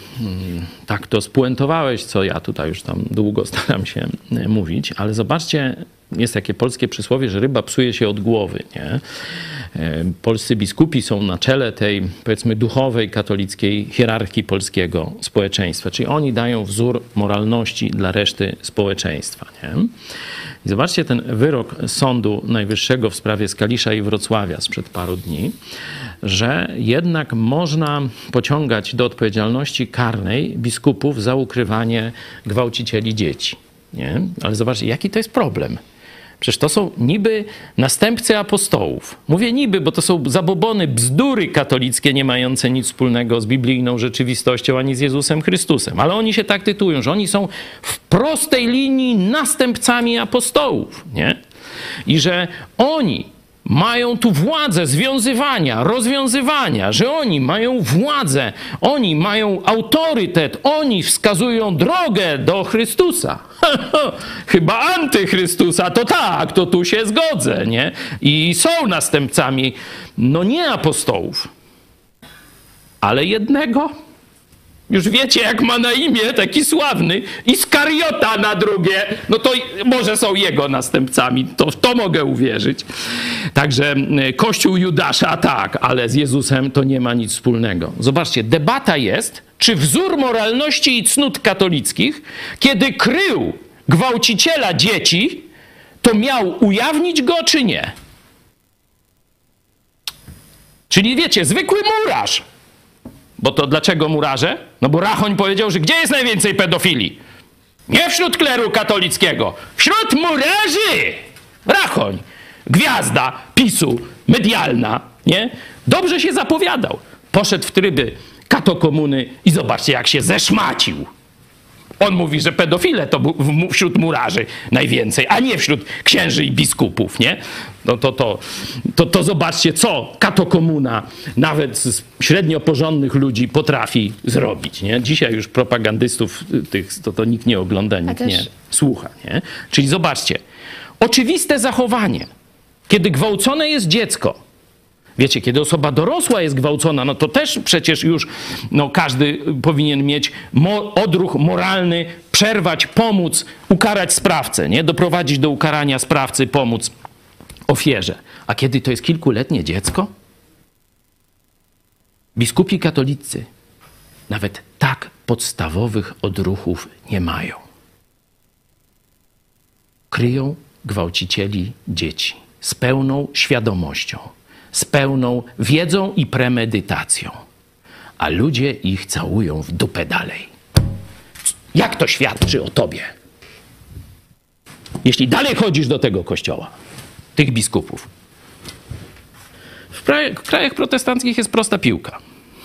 to spuentowałeś, co ja tutaj już tam długo staram się mówić, ale zobaczcie, jest takie polskie przysłowie, że ryba psuje się od głowy, nie? Polscy biskupi są na czele tej, powiedzmy, duchowej, katolickiej hierarchii polskiego społeczeństwa, czyli oni dają wzór moralności dla reszty społeczeństwa, nie? I zobaczcie ten wyrok Sądu Najwyższego w sprawie Skalisza i Wrocławia sprzed paru dni, że jednak można pociągać do odpowiedzialności karnej biskupów za ukrywanie gwałcicieli dzieci, nie? Ale zobaczcie, jaki to jest problem. Przecież to są niby następcy apostołów. Mówię niby, bo to są zabobony, bzdury katolickie, nie mające nic wspólnego z biblijną rzeczywistością ani z Jezusem Chrystusem. Ale oni się tak tytułują, że oni są w prostej linii następcami apostołów, nie? I że oni mają tu władzę związywania, rozwiązywania, że oni mają władzę, oni mają autorytet, oni wskazują drogę do Chrystusa. Chyba antychrystusa, to tak, to tu się zgodzę, nie? I są następcami, no nie apostołów, ale jednego. Już wiecie, jak ma na imię, taki sławny, Iskariota na drugie, no to może są jego następcami, to w to mogę uwierzyć. Także Kościół Judasza tak, ale z Jezusem to nie ma nic wspólnego. Zobaczcie, debata jest, czy wzór moralności i cnót katolickich, kiedy krył gwałciciela dzieci, to miał ujawnić go, czy nie? Czyli wiecie, zwykły murarz. Bo to dlaczego murarze? No bo Rachoń powiedział, że gdzie jest najwięcej pedofilii? Nie wśród kleru katolickiego, wśród murarzy! Rachoń, gwiazda PiS-u, medialna, nie? Dobrze się zapowiadał. Poszedł w tryby katokomuny i zobaczcie, jak się zeszmacił. On mówi, że pedofile to wśród murarzy najwięcej, a nie wśród księży i biskupów, nie? No to zobaczcie, co katokomuna nawet z średnio porządnych ludzi potrafi zrobić, nie? Dzisiaj już propagandystów tych to nikt nie ogląda, nikt nie słucha, nie? Czyli zobaczcie, oczywiste zachowanie, kiedy gwałcone jest dziecko, Wiecie, kiedy osoba dorosła jest gwałcona, no to też przecież już każdy powinien mieć odruch moralny, przerwać, pomóc, ukarać sprawcę, nie? Doprowadzić do ukarania sprawcy, pomóc ofierze. A kiedy to jest kilkuletnie dziecko? Biskupi katolicy nawet tak podstawowych odruchów nie mają. Kryją gwałcicieli dzieci z pełną świadomością, z pełną wiedzą i premedytacją, a ludzie ich całują w dupę dalej. Jak to świadczy o tobie? Jeśli dalej chodzisz do tego kościoła, tych biskupów. W krajach protestanckich jest prosta piłka.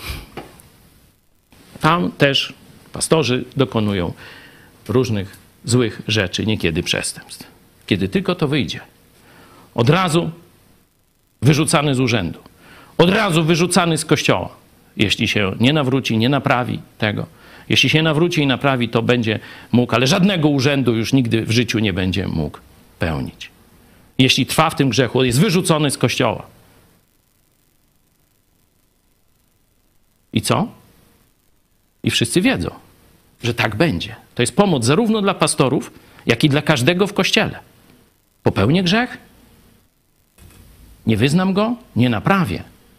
Tam też pastorzy dokonują różnych złych rzeczy, niekiedy przestępstw. Kiedy tylko to wyjdzie, od razu wyrzucany z urzędu, od razu wyrzucany z kościoła. Jeśli się nie nawróci, nie naprawi tego. Jeśli się nawróci i naprawi, to będzie mógł, ale żadnego urzędu już nigdy w życiu nie będzie mógł pełnić. Jeśli trwa w tym grzechu, jest wyrzucony z kościoła. I co? I wszyscy wiedzą, że tak będzie. To jest pomoc zarówno dla pastorów, jak i dla każdego w kościele. Popełnię grzech, nie wyznam go, nie naprawię.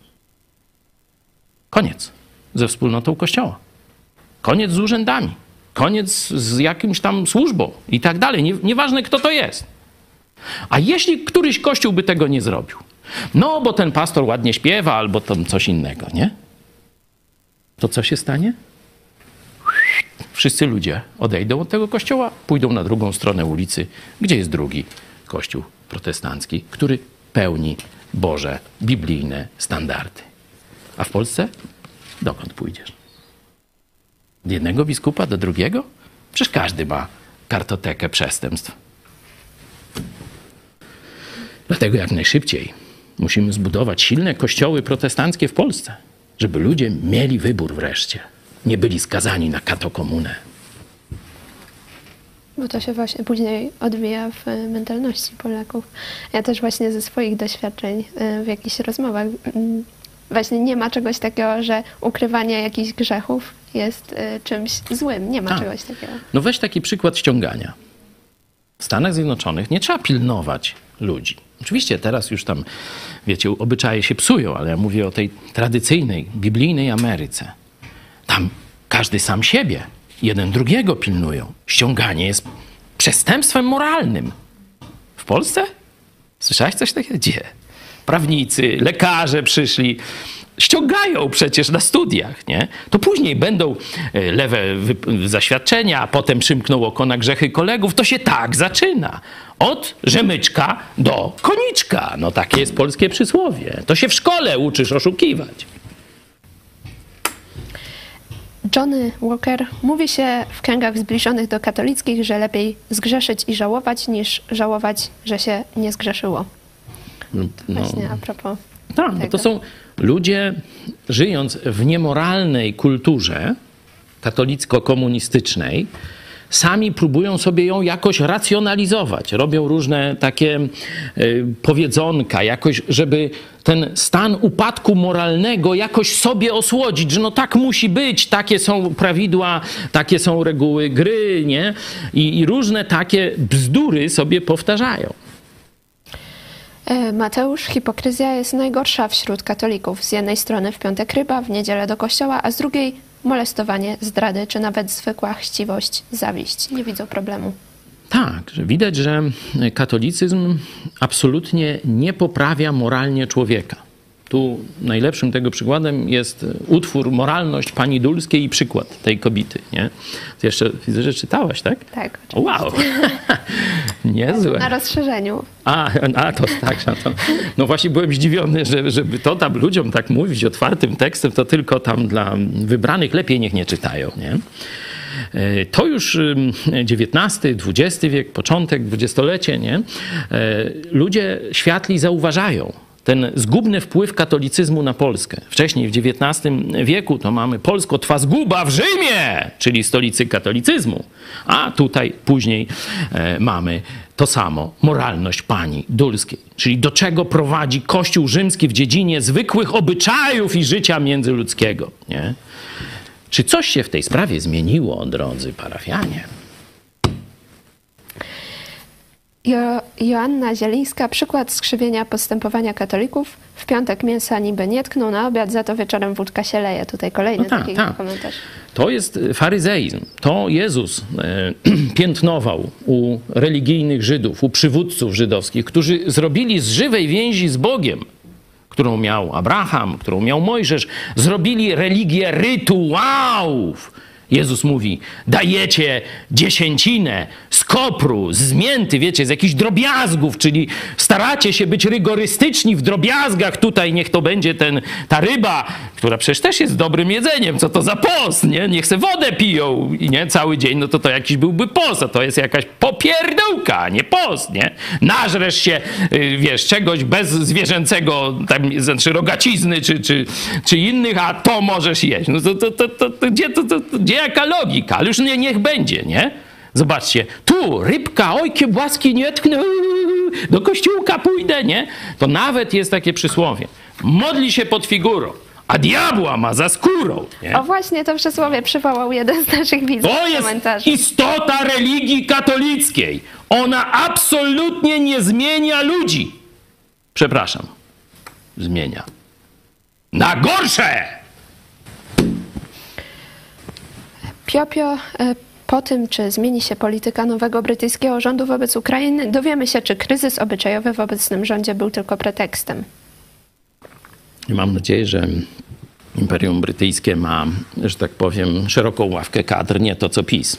Koniec ze wspólnotą kościoła. Koniec z urzędami. Koniec z jakimś tam służbą i tak dalej. Nieważne, kto to jest. A jeśli któryś kościół by tego nie zrobił, no bo ten pastor ładnie śpiewa albo tam coś innego, nie? To co się stanie? Wszyscy ludzie odejdą od tego kościoła, pójdą na drugą stronę ulicy, gdzie jest drugi kościół protestancki, który pełni Boże, biblijne standardy. A w Polsce? Dokąd pójdziesz? Od jednego biskupa do drugiego? Przecież każdy ma kartotekę przestępstw. Dlatego jak najszybciej musimy zbudować silne kościoły protestanckie w Polsce, żeby ludzie mieli wybór wreszcie. Nie byli skazani na katokomunę. Bo to się właśnie później odbija w mentalności Polaków. Ja też właśnie ze swoich doświadczeń w jakichś rozmowach właśnie nie ma czegoś takiego, że ukrywanie jakichś grzechów jest czymś złym. Nie ma czegoś takiego. No weź taki przykład ściągania. W Stanach Zjednoczonych nie trzeba pilnować ludzi. Oczywiście teraz już tam, wiecie, obyczaje się psują, ale ja mówię o tej tradycyjnej, biblijnej Ameryce. Tam każdy sam siebie, jeden drugiego pilnują. Ściąganie jest przestępstwem moralnym. W Polsce? Słyszałeś coś takiego? Gdzie? Prawnicy, lekarze przyszli, ściągają przecież na studiach, nie? To później będą lewe zaświadczenia, a potem przymkną oko na grzechy kolegów. To się tak zaczyna. Od rzemyczka do koniczka. No takie jest polskie przysłowie. To się w szkole uczysz oszukiwać. Johnny Walker mówi się w kręgach zbliżonych do katolickich, że lepiej zgrzeszyć i żałować, niż żałować, że się nie zgrzeszyło. Właśnie a propos tak, bo to są ludzie żyjąc w niemoralnej kulturze katolicko-komunistycznej, sami próbują sobie ją jakoś racjonalizować. Robią różne takie powiedzonka, jakoś, żeby ten stan upadku moralnego jakoś sobie osłodzić, że no tak musi być, takie są prawidła, takie są reguły gry, nie? I różne takie bzdury sobie powtarzają. Mateusz, hipokryzja jest najgorsza wśród katolików. Z jednej strony w piątek ryba, w niedzielę do kościoła, a z drugiej molestowanie, zdrady, czy nawet zwykła chciwość, zawiść. Nie widzą problemu. Tak, że widać, że katolicyzm absolutnie nie poprawia moralnie człowieka. Tu najlepszym tego przykładem jest utwór Moralność pani Dulskiej i przykład tej kobiety, nie? Ty jeszcze widzę, że czytałaś, tak? Tak, oczywiście. Wow, niezłe. Na rozszerzeniu. To tak. No właśnie byłem zdziwiony, żeby to tam ludziom tak mówić otwartym tekstem, to tylko tam dla wybranych lepiej niech nie czytają, nie? To już XIX, XX wiek, początek, dwudziestolecie, nie? Ludzie światli zauważają ten zgubny wpływ katolicyzmu na Polskę. Wcześniej, w XIX wieku, to mamy Polsko twa zguba w Rzymie, czyli stolicy katolicyzmu. A tutaj później mamy to samo moralność pani Dulskiej. Czyli do czego prowadzi Kościół rzymski w dziedzinie zwykłych obyczajów i życia międzyludzkiego. Nie? Czy coś się w tej sprawie zmieniło, drodzy parafianie? Joanna Zielińska, przykład skrzywienia postępowania katolików. W piątek mięsa niby nie tkną na obiad, za to wieczorem wódka się leje. Tutaj kolejny taki komentarz. To jest faryzeizm. To Jezus piętnował u religijnych Żydów, u przywódców żydowskich, którzy zrobili z żywej więzi z Bogiem, którą miał Abraham, którą miał Mojżesz, zrobili religię rytuałów. Jezus mówi, dajecie dziesięcinę z kopru, z mięty, wiecie, z jakichś drobiazgów, czyli staracie się być rygorystyczni w drobiazgach. Tutaj niech to będzie ta ryba, która przecież też jest dobrym jedzeniem. Co to za post, nie? Niech se wodę piją, nie? Cały dzień, no to jakiś byłby post, a to jest jakaś popierdółka, a nie post, nie? Nażresz się, wiesz, czegoś bez zwierzęcego, tam, znaczy rogacizny czy innych, a to możesz jeść. No gdzie jaka logika? Ale już niech będzie, nie? Zobaczcie, tu rybka, oj, kiełbaski nie tknę, do kościółka pójdę, nie? To nawet jest takie przysłowie. Modli się pod figurą, a diabła ma za skórą. Nie? O właśnie, to przysłowie przywołał jeden z naszych widzów w komentarzach. To jest istota religii katolickiej. Ona absolutnie nie zmienia ludzi. Przepraszam. Zmienia. Na gorsze! Piopio, po tym, czy zmieni się polityka nowego brytyjskiego rządu wobec Ukrainy, dowiemy się, czy kryzys obyczajowy w obecnym rządzie był tylko pretekstem. Mam nadzieję, że Imperium Brytyjskie ma, że tak powiem, szeroką ławkę kadr, nie to co PiS.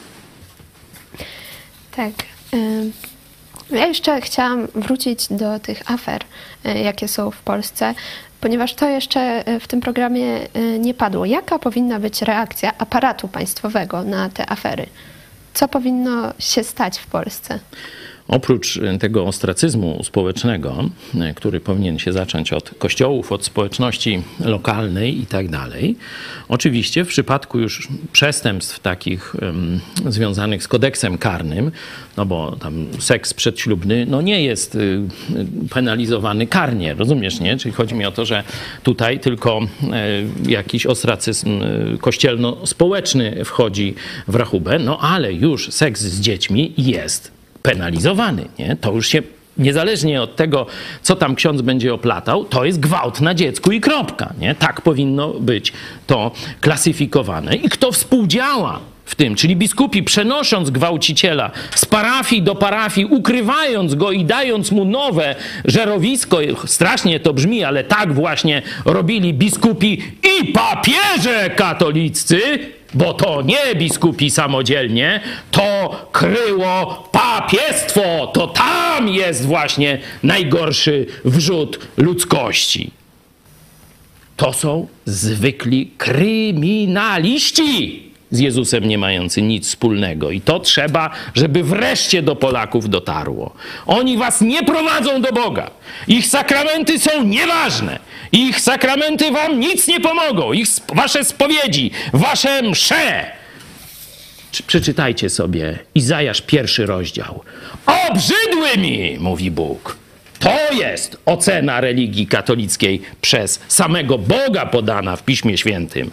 Tak. Ja jeszcze chciałam wrócić do tych afer, jakie są w Polsce, ponieważ to jeszcze w tym programie nie padło. Jaka powinna być reakcja aparatu państwowego na te afery? Co powinno się stać w Polsce? Oprócz tego ostracyzmu społecznego, który powinien się zacząć od kościołów, od społeczności lokalnej i tak dalej, oczywiście w przypadku już przestępstw takich związanych z kodeksem karnym, no bo tam seks przedślubny, no nie jest penalizowany karnie, rozumiesz, nie? Czyli chodzi mi o to, że tutaj tylko jakiś ostracyzm kościelno-społeczny wchodzi w rachubę, no ale już seks z dziećmi jest penalizowany, nie? To już się, niezależnie od tego, co tam ksiądz będzie oplatał, to jest gwałt na dziecku i kropka, nie? Tak powinno być to klasyfikowane. I kto współdziała w tym, czyli biskupi, przenosząc gwałciciela z parafii do parafii, ukrywając go i dając mu nowe żerowisko, strasznie to brzmi, ale tak właśnie robili biskupi i papieże katoliccy, bo to nie biskupi samodzielnie, to kryło papiestwo. To tam jest właśnie najgorszy wrzód ludzkości. To są zwykli kryminaliści, z Jezusem nie mający nic wspólnego. I to trzeba, żeby wreszcie do Polaków dotarło. Oni was nie prowadzą do Boga. Ich sakramenty są nieważne. Ich sakramenty wam nic nie pomogą. Wasze spowiedzi, wasze msze. Przeczytajcie sobie Izajasz 1 rozdział. Obrzydły mi, mówi Bóg. To jest ocena religii katolickiej przez samego Boga podana w Piśmie Świętym.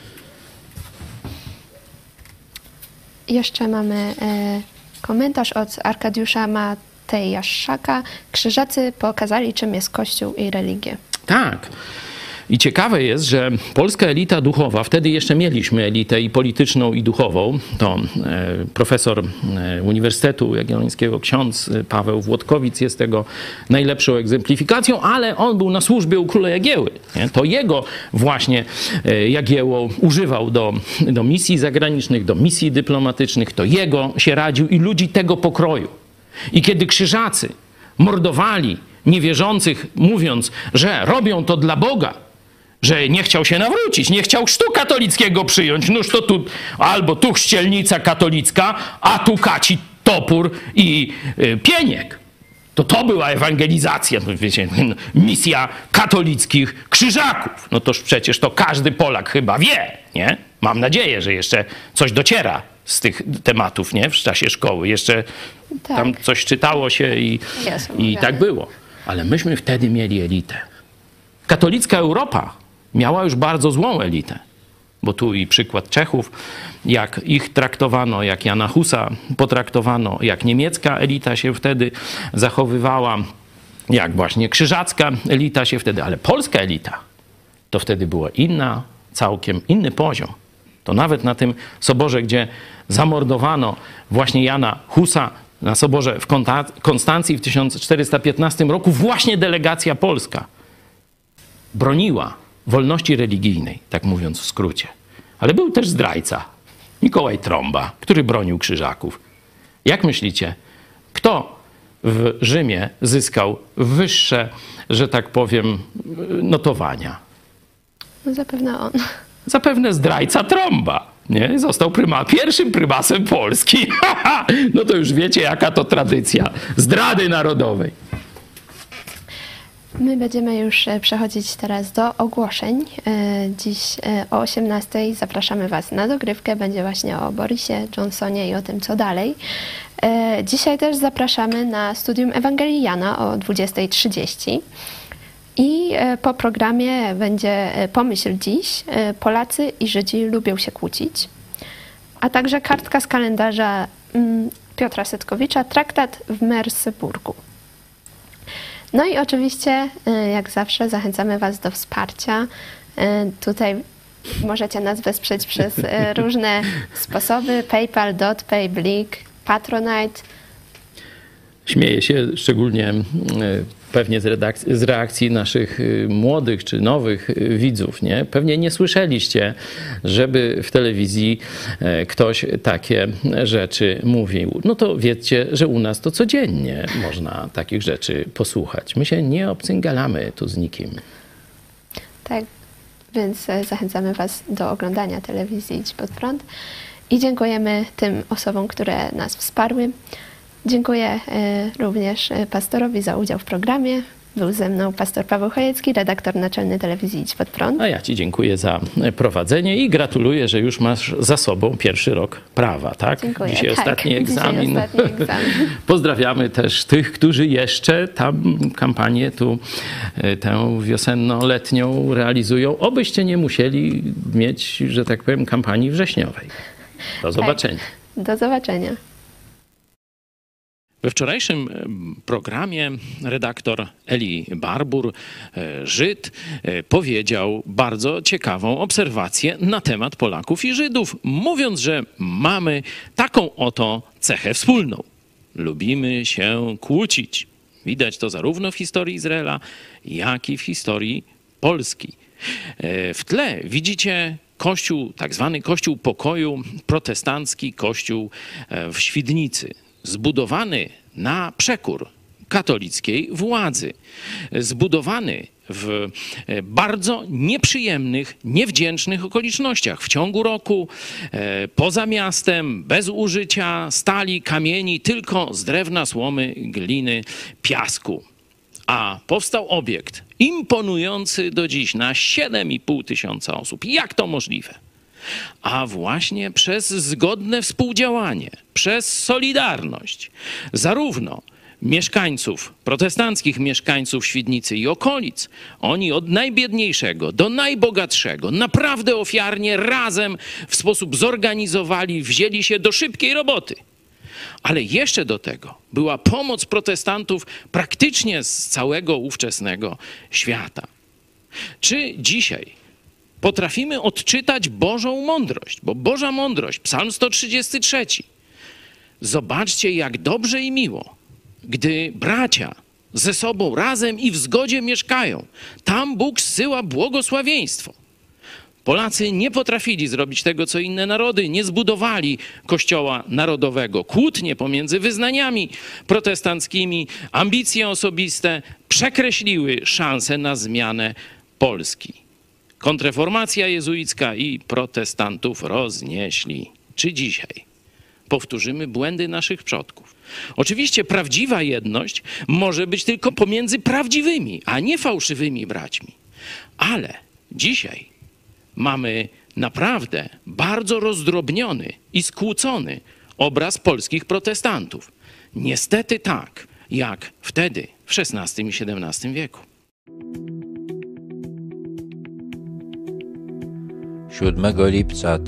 Jeszcze mamy komentarz od Arkadiusza Matejaszaka. Krzyżacy pokazali, czym jest Kościół i religia. Tak. I ciekawe jest, że polska elita duchowa, wtedy jeszcze mieliśmy elitę i polityczną, i duchową, to profesor Uniwersytetu Jagiellońskiego, ksiądz Paweł Włodkowic jest tego najlepszą egzemplifikacją, ale on był na służbie u króla Jagieły. Nie? To jego właśnie Jagiełło używał do misji zagranicznych, do misji dyplomatycznych, to jego się radził i ludzi tego pokroju. I kiedy krzyżacy mordowali niewierzących, mówiąc, że robią to dla Boga, że nie chciał się nawrócić, nie chciał chrztu katolickiego przyjąć, noż to tu albo tu chrzcielnica katolicka, a tu kaci topór i pieniek. To była ewangelizacja, wiecie, misja katolickich krzyżaków. No toż przecież to każdy Polak chyba wie, nie? Mam nadzieję, że jeszcze coś dociera z tych tematów, nie? W czasie szkoły. Jeszcze tam coś czytało się i tak było. Ale myśmy wtedy mieli elitę. Katolicka Europa miała już bardzo złą elitę. Bo tu i przykład Czechów, jak ich traktowano, jak Jana Husa potraktowano, jak niemiecka elita się wtedy zachowywała, jak właśnie krzyżacka elita się wtedy, ale polska elita to wtedy była inna, całkiem inny poziom. To nawet na tym soborze, gdzie zamordowano właśnie Jana Husa, na soborze w Konstancji w 1415 roku, właśnie delegacja polska broniła wolności religijnej, tak mówiąc w skrócie. Ale był też zdrajca, Mikołaj Trąba, który bronił krzyżaków. Jak myślicie, kto w Rzymie zyskał wyższe, że tak powiem, notowania? No zapewne on. Zapewne zdrajca Trąba. Nie? Został pierwszym prymasem Polski. No to już wiecie, jaka to tradycja zdrady narodowej. My będziemy już przechodzić teraz do ogłoszeń. Dziś o 18:00 zapraszamy Was na dogrywkę. Będzie właśnie o Borisie Johnsonie i o tym, co dalej. Dzisiaj też zapraszamy na studium Ewangelii Jana o 20:30. I po programie będzie Pomyśl dziś. Polacy i Żydzi lubią się kłócić. A także kartka z kalendarza Piotra Setkowicza, Traktat w Merseburgu. No i oczywiście, jak zawsze, zachęcamy Was do wsparcia. Tutaj możecie nas wesprzeć przez różne sposoby. PayPal, DotPay, Blik, Patronite. Śmieję się szczególnie pewnie z reakcji naszych młodych czy nowych widzów. Nie? Pewnie nie słyszeliście, żeby w telewizji ktoś takie rzeczy mówił. No to wiedzcie, że u nas to codziennie można takich rzeczy posłuchać. My się nie obcyngalamy tu z nikim. Tak, więc zachęcamy Was do oglądania telewizji Idź Pod Prąd i dziękujemy tym osobom, które nas wsparły. Dziękuję również pastorowi za udział w programie. Był ze mną pastor Paweł Chojecki, redaktor naczelny telewizji Idź Pod Prąd. A ja Ci dziękuję za prowadzenie i gratuluję, że już masz za sobą pierwszy rok prawa, tak? Dziękuję. Dzisiaj ostatni egzamin. Dzisiaj ostatni egzamin. Pozdrawiamy też tych, którzy jeszcze tam kampanię tę wiosenno-letnią realizują. Obyście nie musieli mieć, że tak powiem, kampanii wrześniowej. Do zobaczenia. Tak. Do zobaczenia. We wczorajszym programie redaktor Eli Barbur, Żyd, powiedział bardzo ciekawą obserwację na temat Polaków i Żydów, mówiąc, że mamy taką oto cechę wspólną. Lubimy się kłócić. Widać to zarówno w historii Izraela, jak i w historii Polski. W tle widzicie kościół, tak zwany Kościół Pokoju, protestancki kościół w Świdnicy. Zbudowany na przekór katolickiej władzy. Zbudowany w bardzo nieprzyjemnych, niewdzięcznych okolicznościach. W ciągu roku, poza miastem, bez użycia stali, kamieni, tylko z drewna, słomy, gliny, piasku. A powstał obiekt imponujący do dziś na 7,5 tysiąca osób. Jak to możliwe? A właśnie przez zgodne współdziałanie, przez solidarność zarówno mieszkańców, protestanckich mieszkańców Świdnicy i okolic. Oni od najbiedniejszego do najbogatszego naprawdę ofiarnie razem w sposób zorganizowali, wzięli się do szybkiej roboty. Ale jeszcze do tego była pomoc protestantów praktycznie z całego ówczesnego świata. Czy dzisiaj potrafimy odczytać Bożą mądrość? Bo Boża mądrość, Psalm 133. Zobaczcie, jak dobrze i miło, gdy bracia ze sobą razem i w zgodzie mieszkają. Tam Bóg zsyła błogosławieństwo. Polacy nie potrafili zrobić tego, co inne narody. Nie zbudowali kościoła narodowego. Kłótnie pomiędzy wyznaniami protestanckimi, ambicje osobiste przekreśliły szansę na zmianę Polski. Kontrreformacja jezuicka i protestantów roznieśli. Czy dzisiaj powtórzymy błędy naszych przodków? Oczywiście prawdziwa jedność może być tylko pomiędzy prawdziwymi, a nie fałszywymi braćmi. Ale dzisiaj mamy naprawdę bardzo rozdrobniony i skłócony obraz polskich protestantów. Niestety tak, jak wtedy, w XVI i XVII wieku. 7 lipca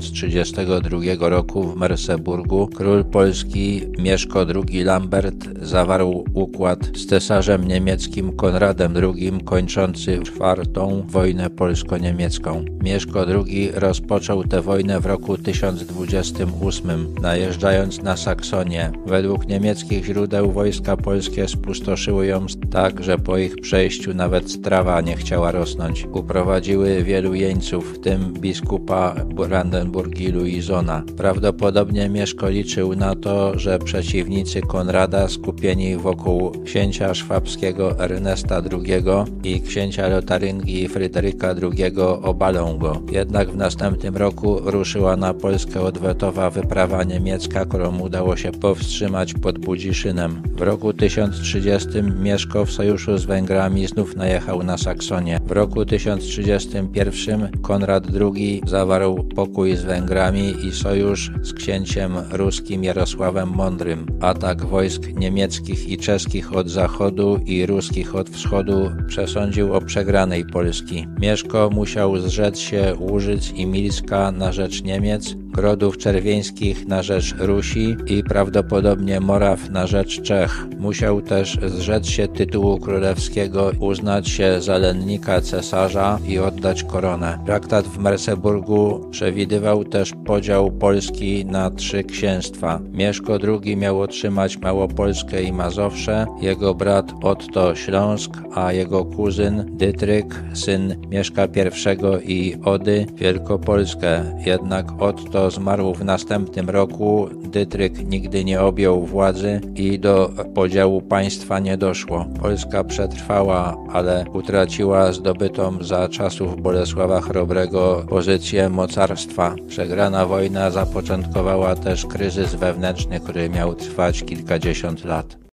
1032 roku w Merseburgu król Polski Mieszko II Lambert zawarł układ z cesarzem niemieckim Konradem II kończący czwartą wojnę polsko-niemiecką. Mieszko II rozpoczął tę wojnę w roku 1028, najeżdżając na Saksonię. Według niemieckich źródeł wojska polskie spustoszyły ją tak, że po ich przejściu nawet trawa nie chciała rosnąć. Uprowadziły wielu jeńców, w tym biskupa Brandenburgii Luizona. Prawdopodobnie Mieszko liczył na to, że przeciwnicy Konrada skupieni wokół księcia szwabskiego Ernesta II i księcia Lotaryngii Fryderyka II obalą go. Jednak w następnym roku ruszyła na Polskę odwetowa wyprawa niemiecka, którą udało się powstrzymać pod Budziszynem. W roku 1030 Mieszko w sojuszu z Węgrami znów najechał na Saksonię. W roku 1031 Konrad II zawarł pokój z Węgrami i sojusz z księciem ruskim Jarosławem Mądrym. Atak wojsk niemieckich i czeskich od zachodu i ruskich od wschodu przesądził o przegranej Polski. Mieszko musiał zrzec się Łużyc i Milska na rzecz Niemiec, Grodów Czerwieńskich na rzecz Rusi i prawdopodobnie Moraw na rzecz Czech. Musiał też zrzec się tytułu królewskiego, uznać się za lennika cesarza i oddać koronę. Traktat w Merseburgu przewidywał też podział Polski na 3 księstwa. Mieszko II miał otrzymać Małopolskę i Mazowsze, jego brat Otto Śląsk, a jego kuzyn Dytryk, syn Mieszka I i Ody, Wielkopolskę. Jednak Otto zmarł w następnym roku, Dytryk nigdy nie objął władzy i do podziału państwa nie doszło. Polska przetrwała, ale utraciła zdobytą za czasów Bolesława Chrobrego pozycję mocarstwa. Przegrana wojna zapoczątkowała też kryzys wewnętrzny, który miał trwać kilkadziesiąt lat.